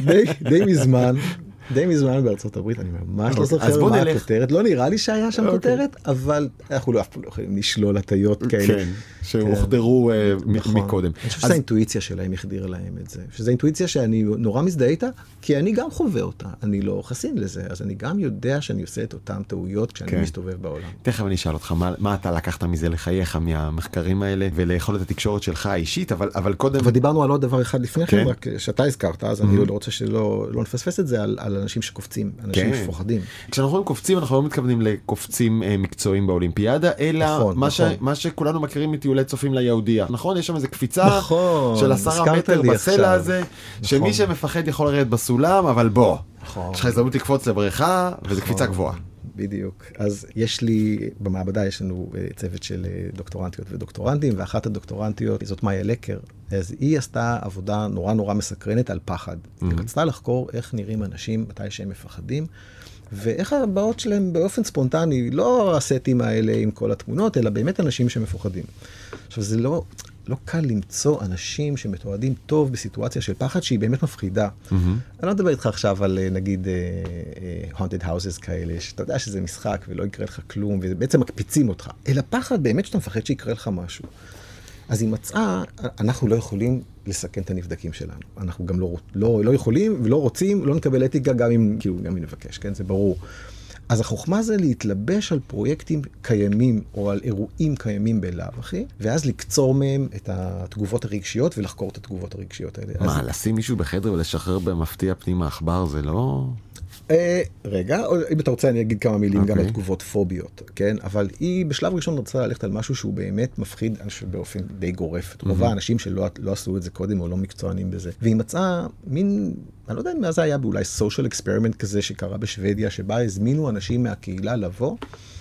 די מזמן. די מזמן בארצות הברית, אני ממש לא זוכר מה הכותרת, לא נראה לי שהיה שם כותרת, אבל אנחנו לא אף פעם לא יכולים לשלול הטיות כאלה. כן, שהוחדרו מקודם. אני חושב שזה האינטואיציה שלהם החדירה להם את זה, שזו אינטואיציה שאני נורא מזדהה איתה, כי אני גם חווה אותה, אני לא חסין לזה, אז אני גם יודע שאני עושה את אותן טעויות כשאני מסתובב בעולם. תכף אני אשאל אותך, מה אתה לקחת מזה לחייך מהמחקרים האלה, וליכולת התקשורת שלך האישית, אבל קודם... אבל דיברנו על עוד דבר אחד לפני כן, רק שאתה הזכרת, אז אני לא רוצה שלא נפספס את זה על אנשים שקופצים, אנשים כן. מפוחדים. כשאנחנו אומרים קופצים, אנחנו לא מתכוונים לקופצים אה, מקצועיים באולימפיאדה, אלא נכון, מה, נכון. ש, מה שכולנו מכירים מטיולי צופים ליהודיה. נכון? יש שם איזה קפיצה נכון, של עשרה מטר בסלע הזה, נכון. שמי שמפחד יכול לרדת בסולם, אבל בוא, נכון. יש לך הזדמנות לקפוץ לבריכה, נכון. וזו קפיצה גבוהה. בדיוק. אז יש לי, במעבדה יש לנו צוות של דוקטורנטיות ודוקטורנטים, ואחת הדוקטורנטיות זאת מאיה לקר. אז היא עשתה עבודה נורא נורא מסקרנת על פחד. Mm-hmm. היא רצתה לחקור איך נראים אנשים מתי שהם מפחדים, ואיך הבאות שלהם באופן ספונטני, לא הסטים האלה עם כל התמונות, אלא באמת אנשים שמפוחדים. עכשיו זה לא... לא קל למצוא אנשים שמתועדים טוב בסיטואציה של פחד שהיא באמת מפחידה. Mm-hmm. אני לא מדבר איתך עכשיו על נגיד uh, uh, haunted houses כאלה, שאתה יודע שזה משחק ולא יקרה לך כלום, ובעצם מקפיצים אותך. אלא פחד באמת שאתה מפחד שיקרה לך משהו. אז היא מצאה, אנחנו לא יכולים לסכן את הנבדקים שלנו. אנחנו גם לא, לא, לא יכולים ולא רוצים, לא נקבל אתיקה גם אם, כאילו, גם אם נבקש, כן? זה ברור. אז החוכמה זה להתלבש על פרויקטים קיימים או על אירועים קיימים בלאו, אחי, ואז לקצור מהם את התגובות הרגשיות ולחקור את התגובות הרגשיות האלה. מה, אז... לשים מישהו בחדר ולשחרר במפתיע פנימה עכבר זה לא... אה, רגע, אם אתה רוצה אני אגיד כמה מילים okay. גם על תגובות פוביות, כן? אבל היא בשלב ראשון רצה ללכת על משהו שהוא באמת מפחיד באופן די גורף. Mm-hmm. רוב האנשים שלא לא עשו את זה קודם או לא מקצוענים בזה. והיא מצאה מין, אני לא יודע מה זה היה, באולי social experiment כזה שקרה בשוודיה, שבה הזמינו אנשים מהקהילה לבוא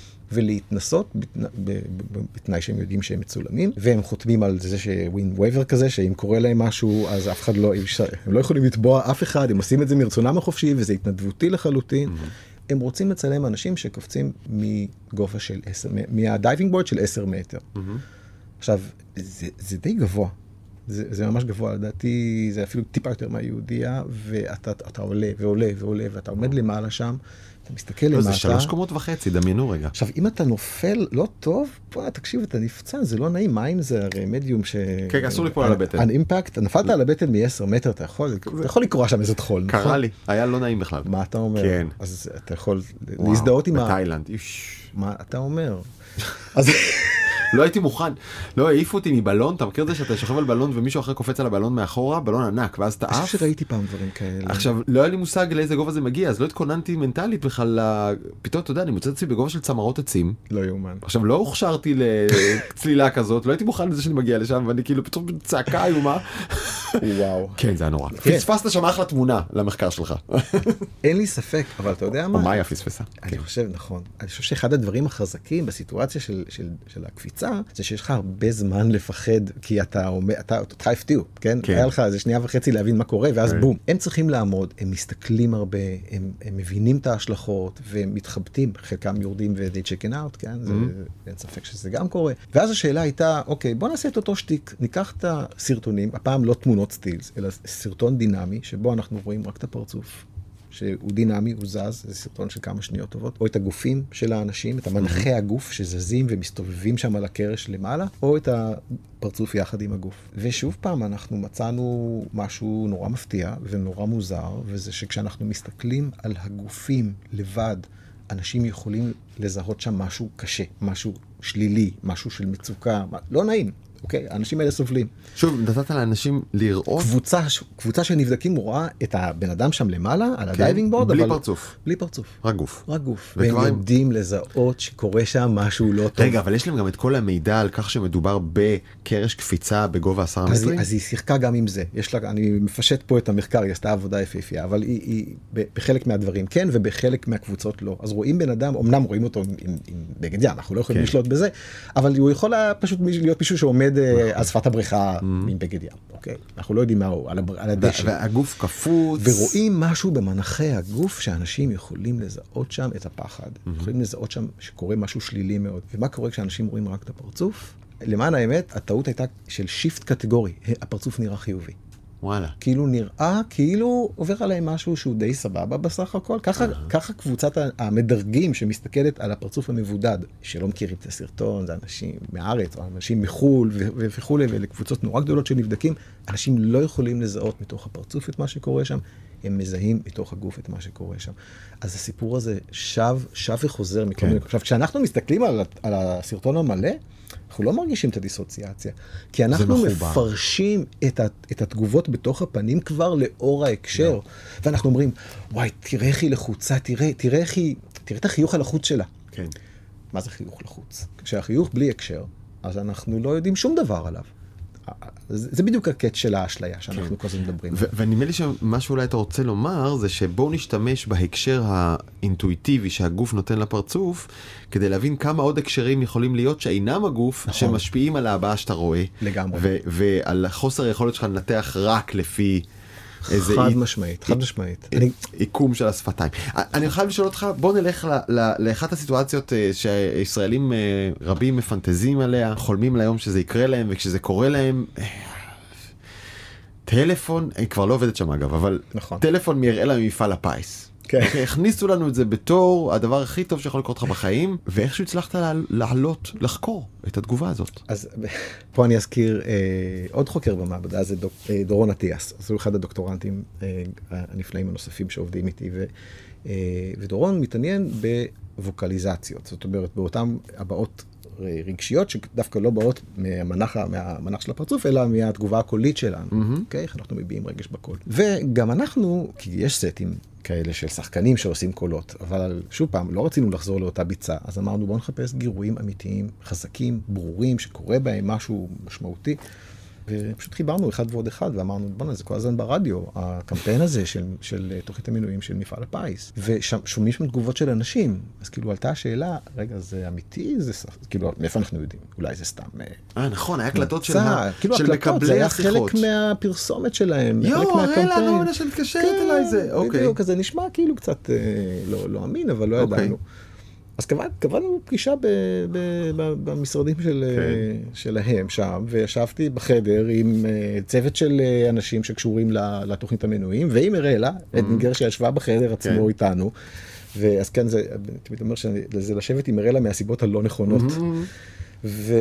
ולהתנסות בתנא, בתנאי שהם יודעים שהם מצולמים, והם חותמים על זה שווין וויבר כזה, שאם קורה להם משהו, אז אף אחד לא, הם לא יכולים לתבוע אף אחד, הם עושים את זה מרצונם החופשי, וזה התנדבותי לחלוטין. Mm-hmm. הם רוצים לצלם אנשים שקופצים מגובה של עשר, מהדייבינג בורד של עשר מטר. Mm-hmm. עכשיו, זה, זה די גבוה. זה, זה ממש גבוה, לדעתי, זה אפילו טיפה יותר מהיהודיה, ואתה אתה עולה ועולה ועולה, ואתה עומד למעלה שם, אתה מסתכל למטה. זה שלוש קומות וחצי, דמיינו רגע. עכשיו, אם אתה נופל לא טוב, פה, תקשיב, אתה נפצע, זה לא נעים. מים זה הרי מדיום ש... כן, אסור ליפול על הבטן. על אימפקט, נפלת על הבטן מ-עשר מטר, אתה יכול, אתה יכול לקרוא שם איזה תחול. קרה לי, היה לא נעים בכלל. מה אתה אומר? כן. אז אתה יכול להזדהות עם ה... בתאילנד. מה אתה אומר? אז... לא הייתי מוכן, לא העיפו אותי מבלון, אתה מכיר את זה שאתה שוכב על בלון ומישהו אחר קופץ על הבלון מאחורה, בלון ענק, ואז אתה עף. אני חושב שראיתי פעם דברים כאלה. עכשיו, לא היה לי מושג לאיזה גובה זה מגיע, אז לא התכוננתי מנטלית בכלל, פתאום, אתה יודע, אני מוצא את עצמי בגובה של צמרות עצים. לא יאומן. עכשיו, לא הוכשרתי לצלילה כזאת, לא הייתי מוכן לזה שאני מגיע לשם, ואני כאילו פתאום צעקה איומה. וואו. כן, זה היה נורא. פספסת שם אחלה תמונה למחקר שלך. אין לי ספק, אבל אתה יודע מה? או מאיה פספסה. אני חושב, נכון. אני חושב שאחד הדברים החזקים בסיטואציה של, של, של הקפיצה, זה שיש לך הרבה זמן לפחד, כי אתה אומר, אתה, אתה הפתיעו, כן? כן. היה לך איזה שנייה וחצי להבין מה קורה, ואז בום. הם צריכים לעמוד, הם מסתכלים הרבה, הם, הם מבינים את ההשלכות, והם מתחבטים, חלקם יורדים ו-they check out, כן? זה, אין ספק שזה גם קורה. ואז השאלה הייתה, אוקיי, בוא נעשה את אותו שטיק, ניקח את הסרטונים, הפעם לא תמונות סטילס, אלא סרטון דינמי, שבו אנחנו רואים רק את הפרצוף. שהוא דינמי, הוא זז, זה סרטון של כמה שניות טובות, או את הגופים של האנשים, את המנחי הגוף שזזים ומסתובבים שם על הקרש למעלה, או את הפרצוף יחד עם הגוף. ושוב פעם, אנחנו מצאנו משהו נורא מפתיע ונורא מוזר, וזה שכשאנחנו מסתכלים על הגופים לבד, אנשים יכולים לזהות שם משהו קשה, משהו שלילי, משהו של מצוקה, לא נעים. אוקיי? האנשים האלה סובלים. שוב, נתת לאנשים לראות... קבוצה, קבוצה של נבדקים רואה את הבן אדם שם למעלה, על הדייבינג בורד, בלי אבל... פרצוף. בלי פרצוף. רק גוף. רק גוף. וכבר והם הם- יודעים לזהות שקורה שם משהו לא טוב. רגע, אבל יש להם גם את כל המידע על כך שמדובר בקרש קפיצה בגובה עשרה אז, מטרים? אז היא שיחקה גם עם זה. יש לה, אני מפשט פה את המחקר, היא עשתה עבודה יפהפייה, אבל היא, היא בחלק מהדברים כן, ובחלק מהקבוצות לא. אז רואים בן אדם, אמנם רואים אותו עם, עם בגד ים, אנחנו לא יכולים כן. לשלוט בזה, אבל הוא יכול פשוט להיות מישהו שעומד אה, על שפת הבריכה עם בגד ים, אוקיי? אנחנו לא יודעים מה הוא, על, הבר, על הדשא. והגוף קפוץ. ורואים משהו במנחי הגוף שאנשים יכולים לזהות שם את הפחד. יכולים לזהות שם שקורה משהו שלילי מאוד. ומה קורה כשאנשים רואים רק את הפרצוף? למען האמת, הטעות הייתה של שיפט קטגורי. הפרצוף נראה חיובי. וואלה. כאילו נראה, כאילו עובר עליהם משהו שהוא די סבבה בסך הכל. ככה, ככה קבוצת המדרגים שמסתכלת על הפרצוף המבודד, שלא מכירים את הסרטון, זה אנשים מהארץ, או אנשים מחול וכו', ולקבוצות נורא גדולות שנבדקים, אנשים לא יכולים לזהות מתוך הפרצוף את מה שקורה שם, הם מזהים מתוך הגוף את מה שקורה שם. אז הסיפור הזה שב, שב וחוזר מכל מיני. עכשיו, כשאנחנו מסתכלים על, על הסרטון המלא, אנחנו לא מרגישים את הדיסוציאציה, כי אנחנו מפרשים את, ה, את התגובות בתוך הפנים כבר לאור ההקשר, ואנחנו אומרים, וואי, תראה איך היא לחוצה, תראה, תראה איך היא, תראה את החיוך על החוץ שלה. כן. מה זה חיוך לחוץ? כשהחיוך בלי הקשר, אז אנחנו לא יודעים שום דבר עליו. זה, זה בדיוק הקט של האשליה שאנחנו כל הזמן מדברים. ו- ונדמה לי שמה שאולי אתה רוצה לומר זה שבואו נשתמש בהקשר האינטואיטיבי שהגוף נותן לפרצוף, כדי להבין כמה עוד הקשרים יכולים להיות שאינם הגוף, נכון. שמשפיעים על ההבעה שאתה רואה. לגמרי. ו- ועל חוסר היכולת שלך לנתח רק לפי איזה חד אי- משמעית, חד משמעית. אי- אני... עיקום של השפתיים. אני חייב לשאול אותך, בוא נלך ל- ל- לאחת הסיטואציות אה, שישראלים אה, רבים מפנטזים עליה, חולמים ליום שזה יקרה להם, וכשזה קורה להם, אה, טלפון, היא כבר לא עובדת שם אגב, אבל נכון. טלפון מיראלה ממפעל הפיס. כן. אוקיי, הכניסו לנו את זה בתור הדבר הכי טוב שיכול לקרות לך בחיים, ואיכשהו הצלחת לה- לעלות, לחקור את התגובה הזאת. אז פה אני אזכיר אה, עוד חוקר במעבדה, זה דוק, אה, דורון אטיאס. אז הוא אחד הדוקטורנטים אה, הנפלאים הנוספים שעובדים איתי, ו, אה, ודורון מתעניין בווקליזציות, זאת אומרת, באותן הבעות רגשיות, שדווקא לא באות מהמנח, מהמנח של הפרצוף, אלא מהתגובה הקולית שלנו. Mm-hmm. Okay? איך אנחנו מביעים רגש בקול. וגם אנחנו, כי יש סטים כאלה של שחקנים שעושים קולות, אבל שוב פעם, לא רצינו לחזור לאותה ביצה, אז אמרנו בואו נחפש גירויים אמיתיים, חזקים, ברורים, שקורה בהם משהו משמעותי, ופשוט חיברנו אחד ועוד אחד, ואמרנו, בוא'נה, זה כל הזמן ברדיו, הקמפיין הזה של, של תוכנית המינויים של מפעל הפיס, ושומעים שם תגובות של אנשים, אז כאילו עלתה השאלה, רגע, זה אמיתי? זה כאילו, מאיפה אנחנו יודעים? אולי זה סתם... אה, נכון, היה הקלטות של, צע, כאילו של הקלטות, מקבלי זה היה השיחות. חלק מהפרסומת שלהם, חלק יואו, מהקמפיין. הרי לנו מנה שמתקשרת כן, אליי זה, אוקיי. בדיוק, אז זה נשמע כאילו קצת אה, לא, לא אמין, אבל לא אוקיי. ידענו. אז קבע, קבענו פגישה ב, ב, ב, במשרדים של, כן. שלהם שם, וישבתי בחדר עם uh, צוות של uh, אנשים שקשורים לתוכנית המנויים, ועם אראלה, mm-hmm. אדינגר שישבה בחדר עצמו כן. איתנו, ואז כן, זה, אני תמיד אומר שזה לשבת עם אראלה מהסיבות הלא נכונות, mm-hmm. ו...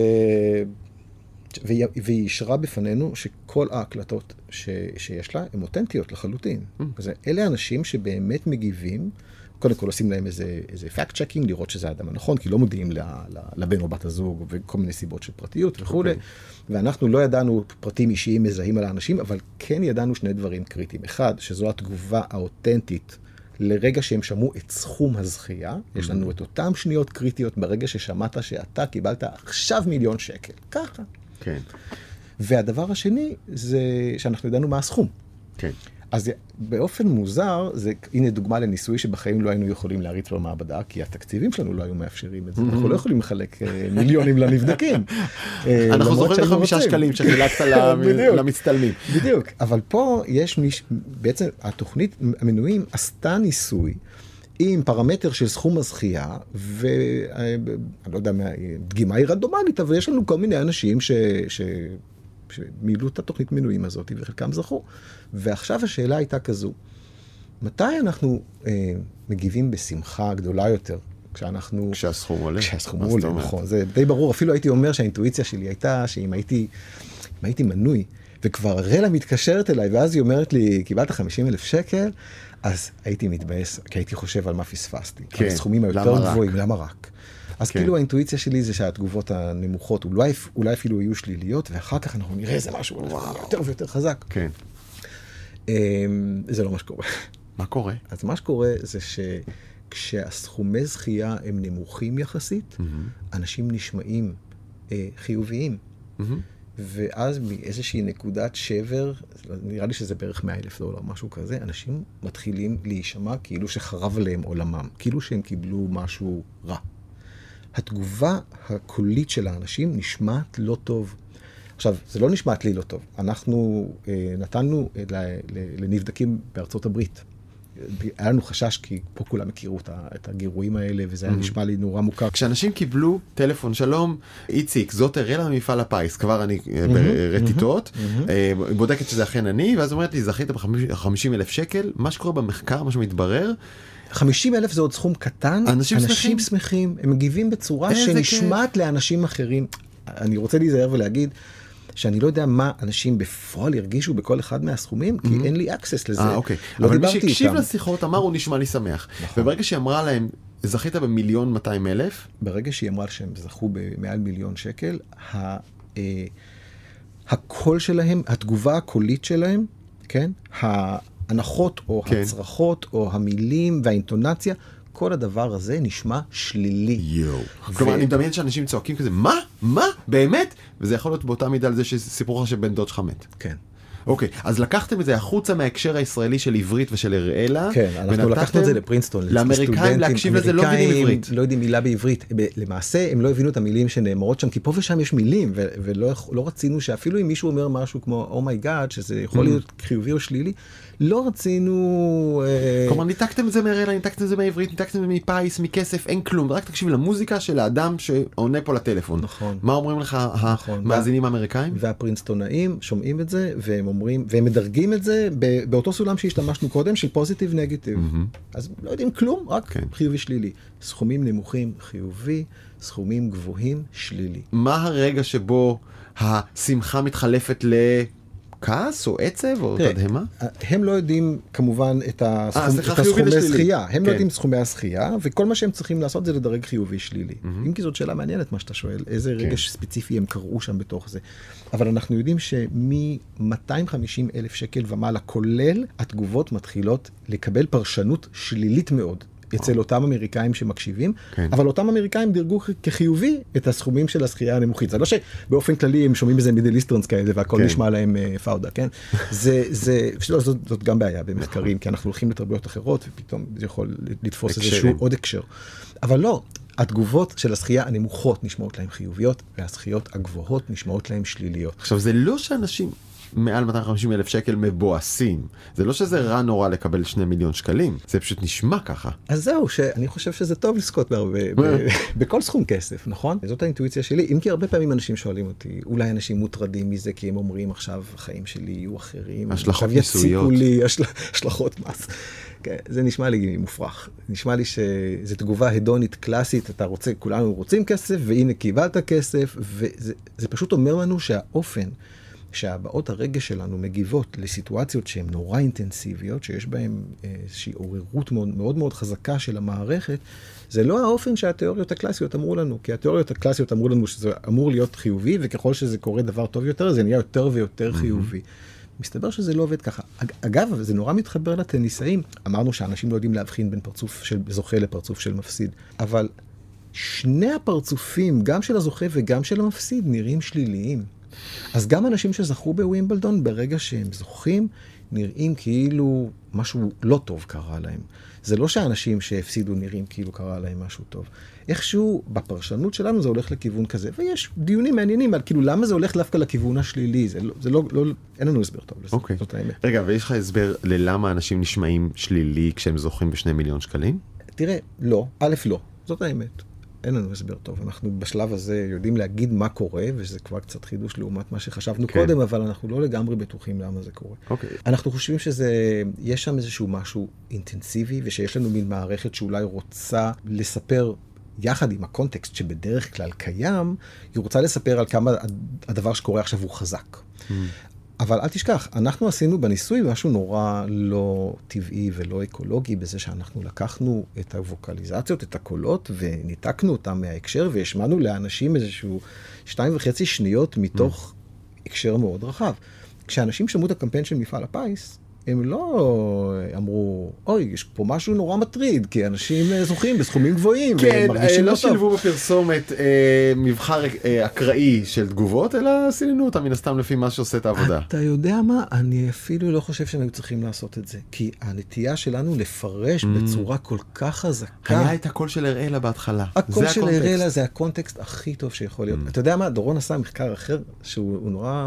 והיא, והיא ישרה בפנינו שכל ההקלטות ש, שיש לה הן אותנטיות לחלוטין. Mm-hmm. זה, אלה אנשים שבאמת מגיבים, קודם כל עושים להם איזה, איזה fact checking, לראות שזה האדם הנכון, כי לא מודיעים לבן או בת הזוג, וכל מיני סיבות של פרטיות וכו'. Okay. ואנחנו לא ידענו פרטים אישיים מזהים על האנשים, אבל כן ידענו שני דברים קריטיים. אחד, שזו התגובה האותנטית לרגע שהם שמעו את סכום הזכייה. Mm-hmm. יש לנו את אותם שניות קריטיות ברגע ששמעת שאתה קיבלת עכשיו מיליון שקל. ככה. כן. והדבר השני, זה שאנחנו ידענו מה הסכום. כן. אז באופן מוזר, זה, הנה דוגמה לניסוי שבחיים לא היינו יכולים להריץ במעבדה, כי התקציבים שלנו לא היו מאפשרים את זה. אנחנו לא יכולים לחלק מיליונים לנבדקים. אנחנו זוכרים את חמישה שקלים שחילקת למצטלמים. בדיוק. אבל פה יש, בעצם התוכנית המנויים עשתה ניסוי עם פרמטר של סכום הזכייה, ואני לא יודע, דגימה היא רנדומלית, אבל יש לנו כל מיני אנשים ש... שמילאו את התוכנית מנויים הזאת, וחלקם זכו. ועכשיו השאלה הייתה כזו, מתי אנחנו אה, מגיבים בשמחה גדולה יותר, כשאנחנו... כשהסכום עולה. כשהסכום עולה, נכון. זה די ברור. אפילו הייתי אומר שהאינטואיציה שלי הייתה, שאם הייתי, אם הייתי מנוי, וכבר רלה מתקשרת אליי, ואז היא אומרת לי, קיבלת חמישים אלף שקל, אז הייתי מתבאס, כי הייתי חושב על מה פספסתי. כן. הסכומים היותר גבוהים, למה רק? אז כן. כאילו האינטואיציה שלי זה שהתגובות הנמוכות אולי, אולי אפילו יהיו שליליות, ואחר כך אנחנו נראה איזה משהו יותר ויותר חזק. כן. זה לא מה שקורה. מה קורה? אז מה שקורה זה שכשהסכומי זכייה הם נמוכים יחסית, mm-hmm. אנשים נשמעים אה, חיוביים. Mm-hmm. ואז מאיזושהי נקודת שבר, נראה לי שזה בערך מאה אלף דולר, משהו כזה, אנשים מתחילים להישמע כאילו שחרב עליהם עולמם, כאילו שהם קיבלו משהו רע. התגובה הקולית של האנשים נשמעת לא טוב. עכשיו, זה לא נשמעת לי לא טוב. אנחנו אה, נתנו אה, לנבדקים בארצות הברית. היה לנו חשש, כי פה כולם הכירו את הגירויים האלה, וזה היה נשמע לי נורא מוכר. כשאנשים קיבלו טלפון, שלום, איציק, זאת הראלה ממפעל הפיס, כבר אני ברטיטות, בודקת שזה אכן אני, ואז אומרת לי, זכית ב-חמישים אלף שקל, מה שקורה במחקר, מה שמתברר, חמישים אלף זה עוד סכום קטן, אנשים, אנשים שמחים. שמחים, הם מגיבים בצורה שנשמעת כיף. לאנשים אחרים. אני רוצה להיזהר ולהגיד, שאני לא יודע מה אנשים בפועל ירגישו בכל אחד מהסכומים, כי אין לי אקסס לזה. אה, אוקיי. לא אבל מי דיברתי שהקשיב איתם. לשיחות אמר, הוא נשמע לי שמח. נכון. וברגע שהיא אמרה להם, זכית במיליון מאתיים אלף? ברגע שהיא אמרה שהם זכו במעל מיליון שקל, ה, אה, הקול שלהם, התגובה הקולית שלהם, כן? ההנחות או כן. הצרחות או המילים והאינטונציה, כל הדבר הזה נשמע שלילי. יואו. כלומר, אני מדמיין שאנשים צועקים כזה, מה? מה? באמת? וזה יכול להיות באותה מידה על זה שסיפור לך שבן דוד שלך מת. כן. אוקיי, אז לקחתם את זה החוצה מההקשר הישראלי של עברית ושל הראלה. כן, אנחנו לקחנו את זה לפרינסטון. לאמריקאים להקשיב לזה לא מבינים עברית. לא יודעים מילה בעברית. למעשה, הם לא הבינו את המילים שנאמרות שם, כי פה ושם יש מילים, ולא רצינו שאפילו אם מישהו אומר משהו כמו, Oh my God, שזה יכול להיות חיובי או שלילי, לא רצינו... כלומר, ניתקתם את זה מהראלה, ניתקתם את זה מהעברית, ניתקתם את זה מפייס, מכסף, אין כלום. רק תקשיב למוזיקה של האדם שעונה פה לטלפון. נכון. מה אומרים לך המאזינים האמריקאים? והפרינסטונאים שומעים את זה, והם אומרים, והם מדרגים את זה באותו סולם שהשתמשנו קודם, של פוזיטיב נגטיב. אז לא יודעים כלום, רק חיובי שלילי. סכומים נמוכים חיובי, סכומים גבוהים שלילי. מה הרגע שבו השמחה מתחלפת לכעס או עצב או תדהמה? הם לא יודעים כמובן את הסכומי הזכייה. הם לא יודעים סכומי הזכייה, וכל מה שהם צריכים לעשות זה לדרג חיובי שלילי. אם כי זאת שאלה מעניינת מה שאתה שואל, איזה רגע ספציפי הם קראו שם בתוך זה. אבל אנחנו יודעים שמ-מאתיים וחמישים אלף שקל ומעלה, כולל התגובות מתחילות לקבל פרשנות שלילית מאוד. אצל אותם אמריקאים שמקשיבים, כן. אבל אותם אמריקאים דירגו כחיובי את הסכומים של הזכייה הנמוכית. זה לא שבאופן כללי הם שומעים איזה מידל איסטרנס כאלה, והכל כן. נשמע להם uh, פאודה, כן? זה, זה, זאת, זאת, זאת גם בעיה במחקרים, כי אנחנו הולכים לתרבויות אחרות, ופתאום זה יכול לתפוס איזשהו עוד הקשר. אבל לא, התגובות של הזכייה הנמוכות נשמעות להם חיוביות, והזכיות הגבוהות נשמעות להם שליליות. עכשיו, זה לא שאנשים... מעל מאתיים וחמישים אלף שקל מבואסים. זה לא שזה רע נורא לקבל שני מיליון שקלים, זה פשוט נשמע ככה. אז זהו, שאני חושב שזה טוב לזכות בכל סכום כסף, נכון? זאת האינטואיציה שלי, אם כי הרבה פעמים אנשים שואלים אותי, אולי אנשים מוטרדים מזה, כי הם אומרים עכשיו, החיים שלי יהיו אחרים, השלכות ניסויות. השלכות מס. זה נשמע לי מופרך. נשמע לי שזו תגובה הדונית קלאסית, אתה רוצה, כולנו רוצים כסף, והנה קיבלת כסף, וזה פשוט אומר לנו שהאופן שהבעות הרגש שלנו מגיבות לסיטואציות שהן נורא אינטנסיביות, שיש בהן איזושהי עוררות מאוד, מאוד מאוד חזקה של המערכת, זה לא האופן שהתיאוריות הקלאסיות אמרו לנו, כי התיאוריות הקלאסיות אמרו לנו שזה אמור להיות חיובי, וככל שזה קורה דבר טוב יותר, זה נהיה יותר ויותר חיובי. מסתבר שזה לא עובד ככה. אגב, זה נורא מתחבר לטניסאים. אמרנו שאנשים לא יודעים להבחין בין פרצוף של זוכה לפרצוף של מפסיד, אבל שני הפרצופים, גם של הזוכה וגם של המפסיד, נראים שליליים. אז גם אנשים שזכו בווימבלדון, ברגע שהם זוכים, נראים כאילו משהו לא טוב קרה להם. זה לא שאנשים שהפסידו נראים כאילו קרה להם משהו טוב. איכשהו בפרשנות שלנו זה הולך לכיוון כזה, ויש דיונים מעניינים על כאילו למה זה הולך דווקא לכיוון השלילי. זה לא, זה לא, לא, אין לנו הסבר טוב לזה. אוקיי. זאת האמת. רגע, ויש לך הסבר ללמה אנשים נשמעים שלילי כשהם זוכים בשני מיליון שקלים? תראה, לא. א', לא. זאת האמת. אין לנו הסבר טוב. אנחנו בשלב הזה יודעים להגיד מה קורה, וזה כבר קצת חידוש לעומת מה שחשבנו כן. קודם, אבל אנחנו לא לגמרי בטוחים למה זה קורה. אוקיי. אנחנו חושבים שזה, יש שם איזשהו משהו אינטנסיבי, ושיש לנו מין מערכת שאולי רוצה לספר, יחד עם הקונטקסט שבדרך כלל קיים, היא רוצה לספר על כמה הדבר שקורה עכשיו הוא חזק. Mm. אבל אל תשכח, אנחנו עשינו בניסוי משהו נורא לא טבעי ולא אקולוגי, בזה שאנחנו לקחנו את הווקליזציות, את הקולות, וניתקנו אותם מההקשר, והשמענו לאנשים איזשהו שתיים וחצי שניות מתוך הקשר מאוד רחב. כשאנשים שמעו את הקמפיין של מפעל הפיס, הם לא אמרו, אוי, יש פה משהו נורא מטריד, כי אנשים זוכים בסכומים גבוהים. כן, לא שילבו בפרסומת מבחר אקראי של תגובות, אלא סיננו אותם מן הסתם לפי מה שעושה את העבודה. אתה יודע מה? אני אפילו לא חושב שהם היו צריכים לעשות את זה, כי הנטייה שלנו לפרש בצורה כל כך חזקה. היה את הקול של הראלה בהתחלה. הקול של הראלה זה הקונטקסט הכי טוב שיכול להיות. אתה יודע מה? דורון עשה מחקר אחר, שהוא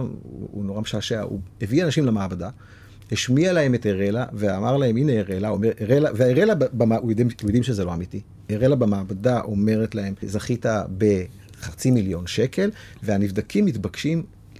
נורא משעשע, הוא הביא אנשים למעבדה, השמיע להם את הראלה, ואמר להם, הנה הראלה, וההראלה, יודעים שזה לא אמיתי. הראלה במעבדה אומרת להם, זכית בחצי מיליון שקל, והנבדקים מתבקשים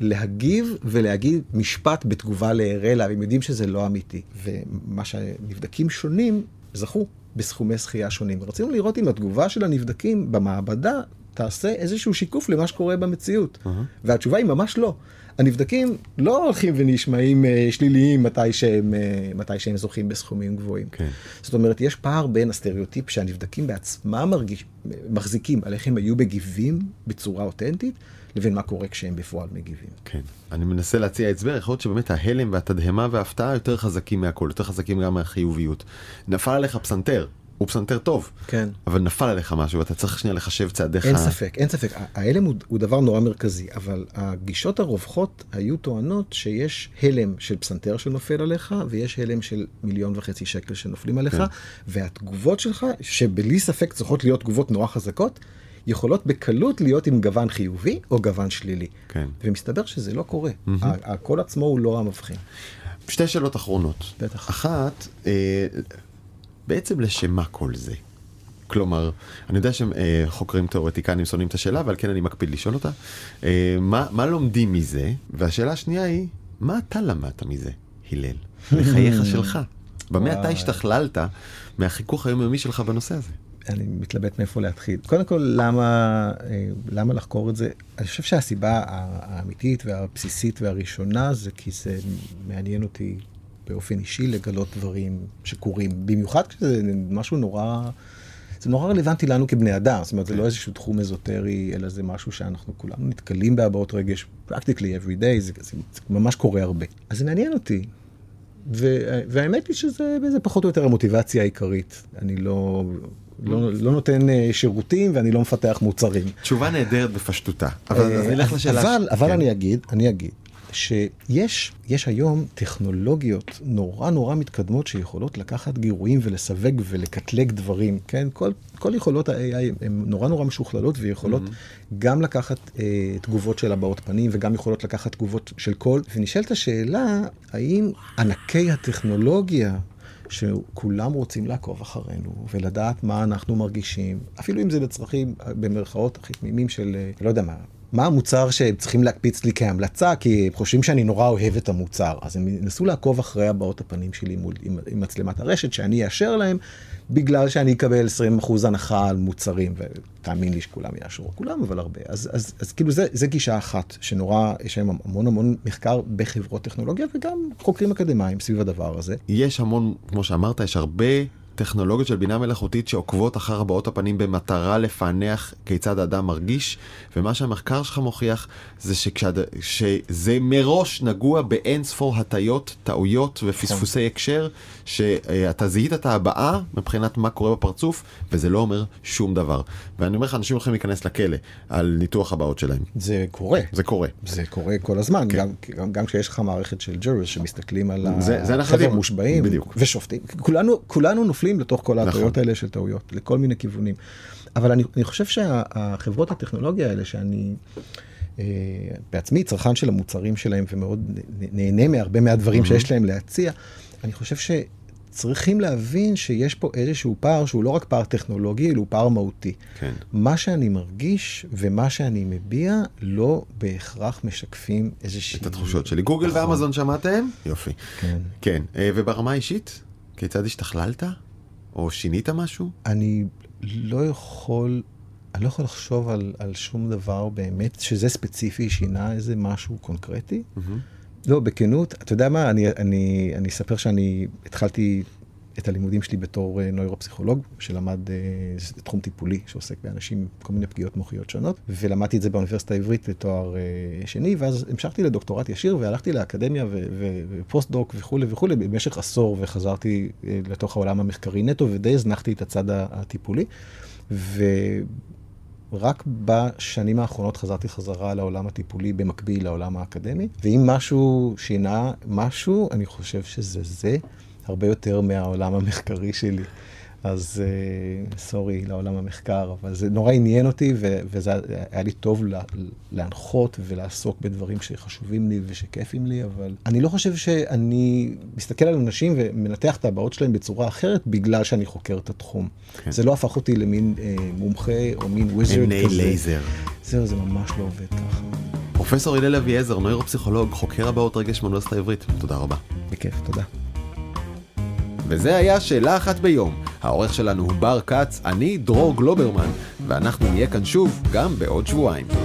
להגיב ולהגיד משפט בתגובה להראלה, והם יודעים שזה לא אמיתי. ומה שהנבדקים שונים זכו בסכומי זכייה שונים. רצינו לראות אם התגובה של הנבדקים במעבדה תעשה איזשהו שיקוף למה שקורה במציאות. והתשובה היא ממש לא. הנבדקים לא הולכים ונשמעים שליליים מתי שהם, מתי שהם זוכים בסכומים גבוהים. כן. זאת אומרת, יש פער בין הסטריאוטיפ שהנבדקים בעצמם מרגיש, מחזיקים על איך הם היו מגיבים בצורה אותנטית, לבין מה קורה כשהם בפועל מגיבים. כן. אני מנסה להציע הסבר, יכול להיות שבאמת ההלם והתדהמה וההפתעה יותר חזקים מהכל, יותר חזקים גם מהחיוביות. נפל עליך פסנתר. הוא פסנתר טוב, כן. אבל נפל עליך משהו, ואתה צריך שנייה לחשב צעדיך. אין ספק, אין ספק. ההלם הוא, הוא דבר נורא מרכזי, אבל הגישות הרווחות היו טוענות שיש הלם של פסנתר שנופל עליך, ויש הלם של מיליון וחצי שקל שנופלים עליך, כן. והתגובות שלך, שבלי ספק צריכות להיות תגובות נורא חזקות, יכולות בקלות להיות עם גוון חיובי או גוון שלילי. כן. ומסתבר שזה לא קורה. Mm-hmm. הקול עצמו הוא לא המבחין. שתי שאלות אחרונות. בטח. אחת, אה, בעצם לשמה כל זה? כלומר, אני יודע שחוקרים תיאורטיקנים שונאים את השאלה, אבל כן אני מקפיד לשאול אותה. מה, מה לומדים מזה? והשאלה השנייה היא, מה אתה למדת מזה, הלל? לחייך שלך. במה אתה השתכללת מהחיכוך היומיומי שלך בנושא הזה? אני מתלבט מאיפה להתחיל. קודם כל, למה, למה לחקור את זה? אני חושב שהסיבה האמיתית והבסיסית והראשונה זה כי זה מעניין אותי באופן אישי לגלות דברים שקורים. במיוחד כשזה משהו נורא, זה נורא רלוונטי לנו כבני אדם. זאת אומרת, זה לא איזשהו תחום אזוטרי, אלא זה משהו שאנחנו כולנו נתקלים בהבעות רגש, practically every day, זה, זה, זה ממש קורה הרבה. אז זה מעניין אותי. ו, והאמת היא שזה זה פחות או יותר המוטיבציה העיקרית. אני לא, לא, לא נותן שירותים ואני לא מפתח מוצרים. תשובה נהדרת בפשטותה. אבל אז נלך לשאלה. אבל, אבל אני אגיד, אני אגיד. שיש יש היום טכנולוגיות נורא נורא מתקדמות שיכולות לקחת גירויים ולסווג ולקטלג דברים, כן? כל, כל יכולות ה-איי איי הן נורא נורא משוכללות ויכולות mm-hmm. גם לקחת אה, תגובות של הבעות פנים וגם יכולות לקחת תגובות של קול. ונשאלת השאלה, האם ענקי הטכנולוגיה שכולם רוצים לעקוב אחרינו ולדעת מה אנחנו מרגישים, אפילו אם זה לצרכים במרכאות הכי תמימים של, לא יודע מה, מה המוצר שהם צריכים להקפיץ לי כהמלצה, כי הם חושבים שאני נורא אוהב את המוצר. אז הם נסו לעקוב אחרי הבעות הפנים שלי מול, עם, עם מצלמת הרשת, שאני אאשר להם, בגלל שאני אקבל עשרים אחוז הנחה על מוצרים, ותאמין לי שכולם יאשרו, כולם אבל הרבה. אז, אז, אז כאילו זה, זה גישה אחת, שנורא, יש להם המון המון מחקר בחברות טכנולוגיה, וגם חוקרים אקדמיים סביב הדבר הזה. יש המון, כמו שאמרת, יש הרבה טכנולוגיות של בינה מלאכותית שעוקבות אחר הבעות הפנים במטרה לפענח כיצד האדם מרגיש, ומה שהמחקר שלך מוכיח זה שכשד... שזה מראש נגוע באין ספור הטיות, טעויות ופספוסי הקשר, שאתה זיהית את הבעה מבחינת מה קורה בפרצוף, וזה לא אומר שום דבר. ואני אומר לך, אנשים הולכים להיכנס לכלא על ניתוח הבעות שלהם. זה קורה. זה קורה. זה קורה כל הזמן. כן. גם, גם, גם כשיש לך מערכת של ג'ורס שמסתכלים על החבר מושבעים ושופטים. כולנו, כולנו נופלים לתוך כל הטעויות האלה של טעויות, לכל מיני כיוונים. אבל אני, אני חושב שהחברות הטכנולוגיה האלה, שאני אה, בעצמי צרכן של המוצרים שלהם, ומאוד נהנה מהרבה מהדברים mm-hmm. שיש להם להציע, אני חושב שצריכים להבין שיש פה איזשהו פער, שהוא לא רק פער טכנולוגי, אלא הוא פער מהותי. כן. מה שאני מרגיש ומה שאני מביע, לא בהכרח משקפים איזושהי... את התחושות שלי. גוגל נכון. ואמזון שמעתם? יופי. כן. כן. וברמה אישית, כיצד השתכללת? או שינית משהו? אני לא יכול, אני לא יכול לחשוב על, על שום דבר באמת, שזה ספציפי, שינה איזה משהו קונקרטי. Mm-hmm. לא, בכנות, אתה יודע מה, אני, אני, אני אספר שאני התחלתי את הלימודים שלי בתור נוירופסיכולוג, שלמד uh, תחום טיפולי, שעוסק באנשים עם כל מיני פגיעות מוחיות שונות, ולמדתי את זה באוניברסיטה העברית לתואר uh, שני, ואז המשכתי לדוקטורט ישיר, והלכתי לאקדמיה ופוסט-דוק וכו' וכו', במשך עשור, וחזרתי uh, לתוך העולם המחקרי נטו, ודי הזנחתי את הצד הטיפולי, ורק בשנים האחרונות חזרתי חזרה לעולם הטיפולי במקביל לעולם האקדמי, ואם משהו שינה משהו, אני חושב שזה זה, הרבה יותר מהעולם המחקרי שלי. אז סורי לעולם המחקר, אבל זה נורא עניין אותי, וזה היה לי טוב להנחות ולעסוק בדברים שחשובים לי ושכיפים לי, אבל אני לא חושב שאני מסתכל על אנשים ומנתח את הבעות שלהם בצורה אחרת, בגלל שאני חוקר את התחום. כן. זה לא הפך אותי למין אה, מומחה או מין וויזרד כזה. עיני לייזר. זהו, זה ממש לא עובד ככה. פרופסור הלל אביעזר, נוירופסיכולוג, חוקר הבעות רגש באוניברסיטה העברית. תודה רבה. בכיף, תודה. וזה היה שאלה אחת ביום. העורך שלנו הוא בר קץ, אני דרור גלוברמן, ואנחנו נהיה כאן שוב גם בעוד שבועיים.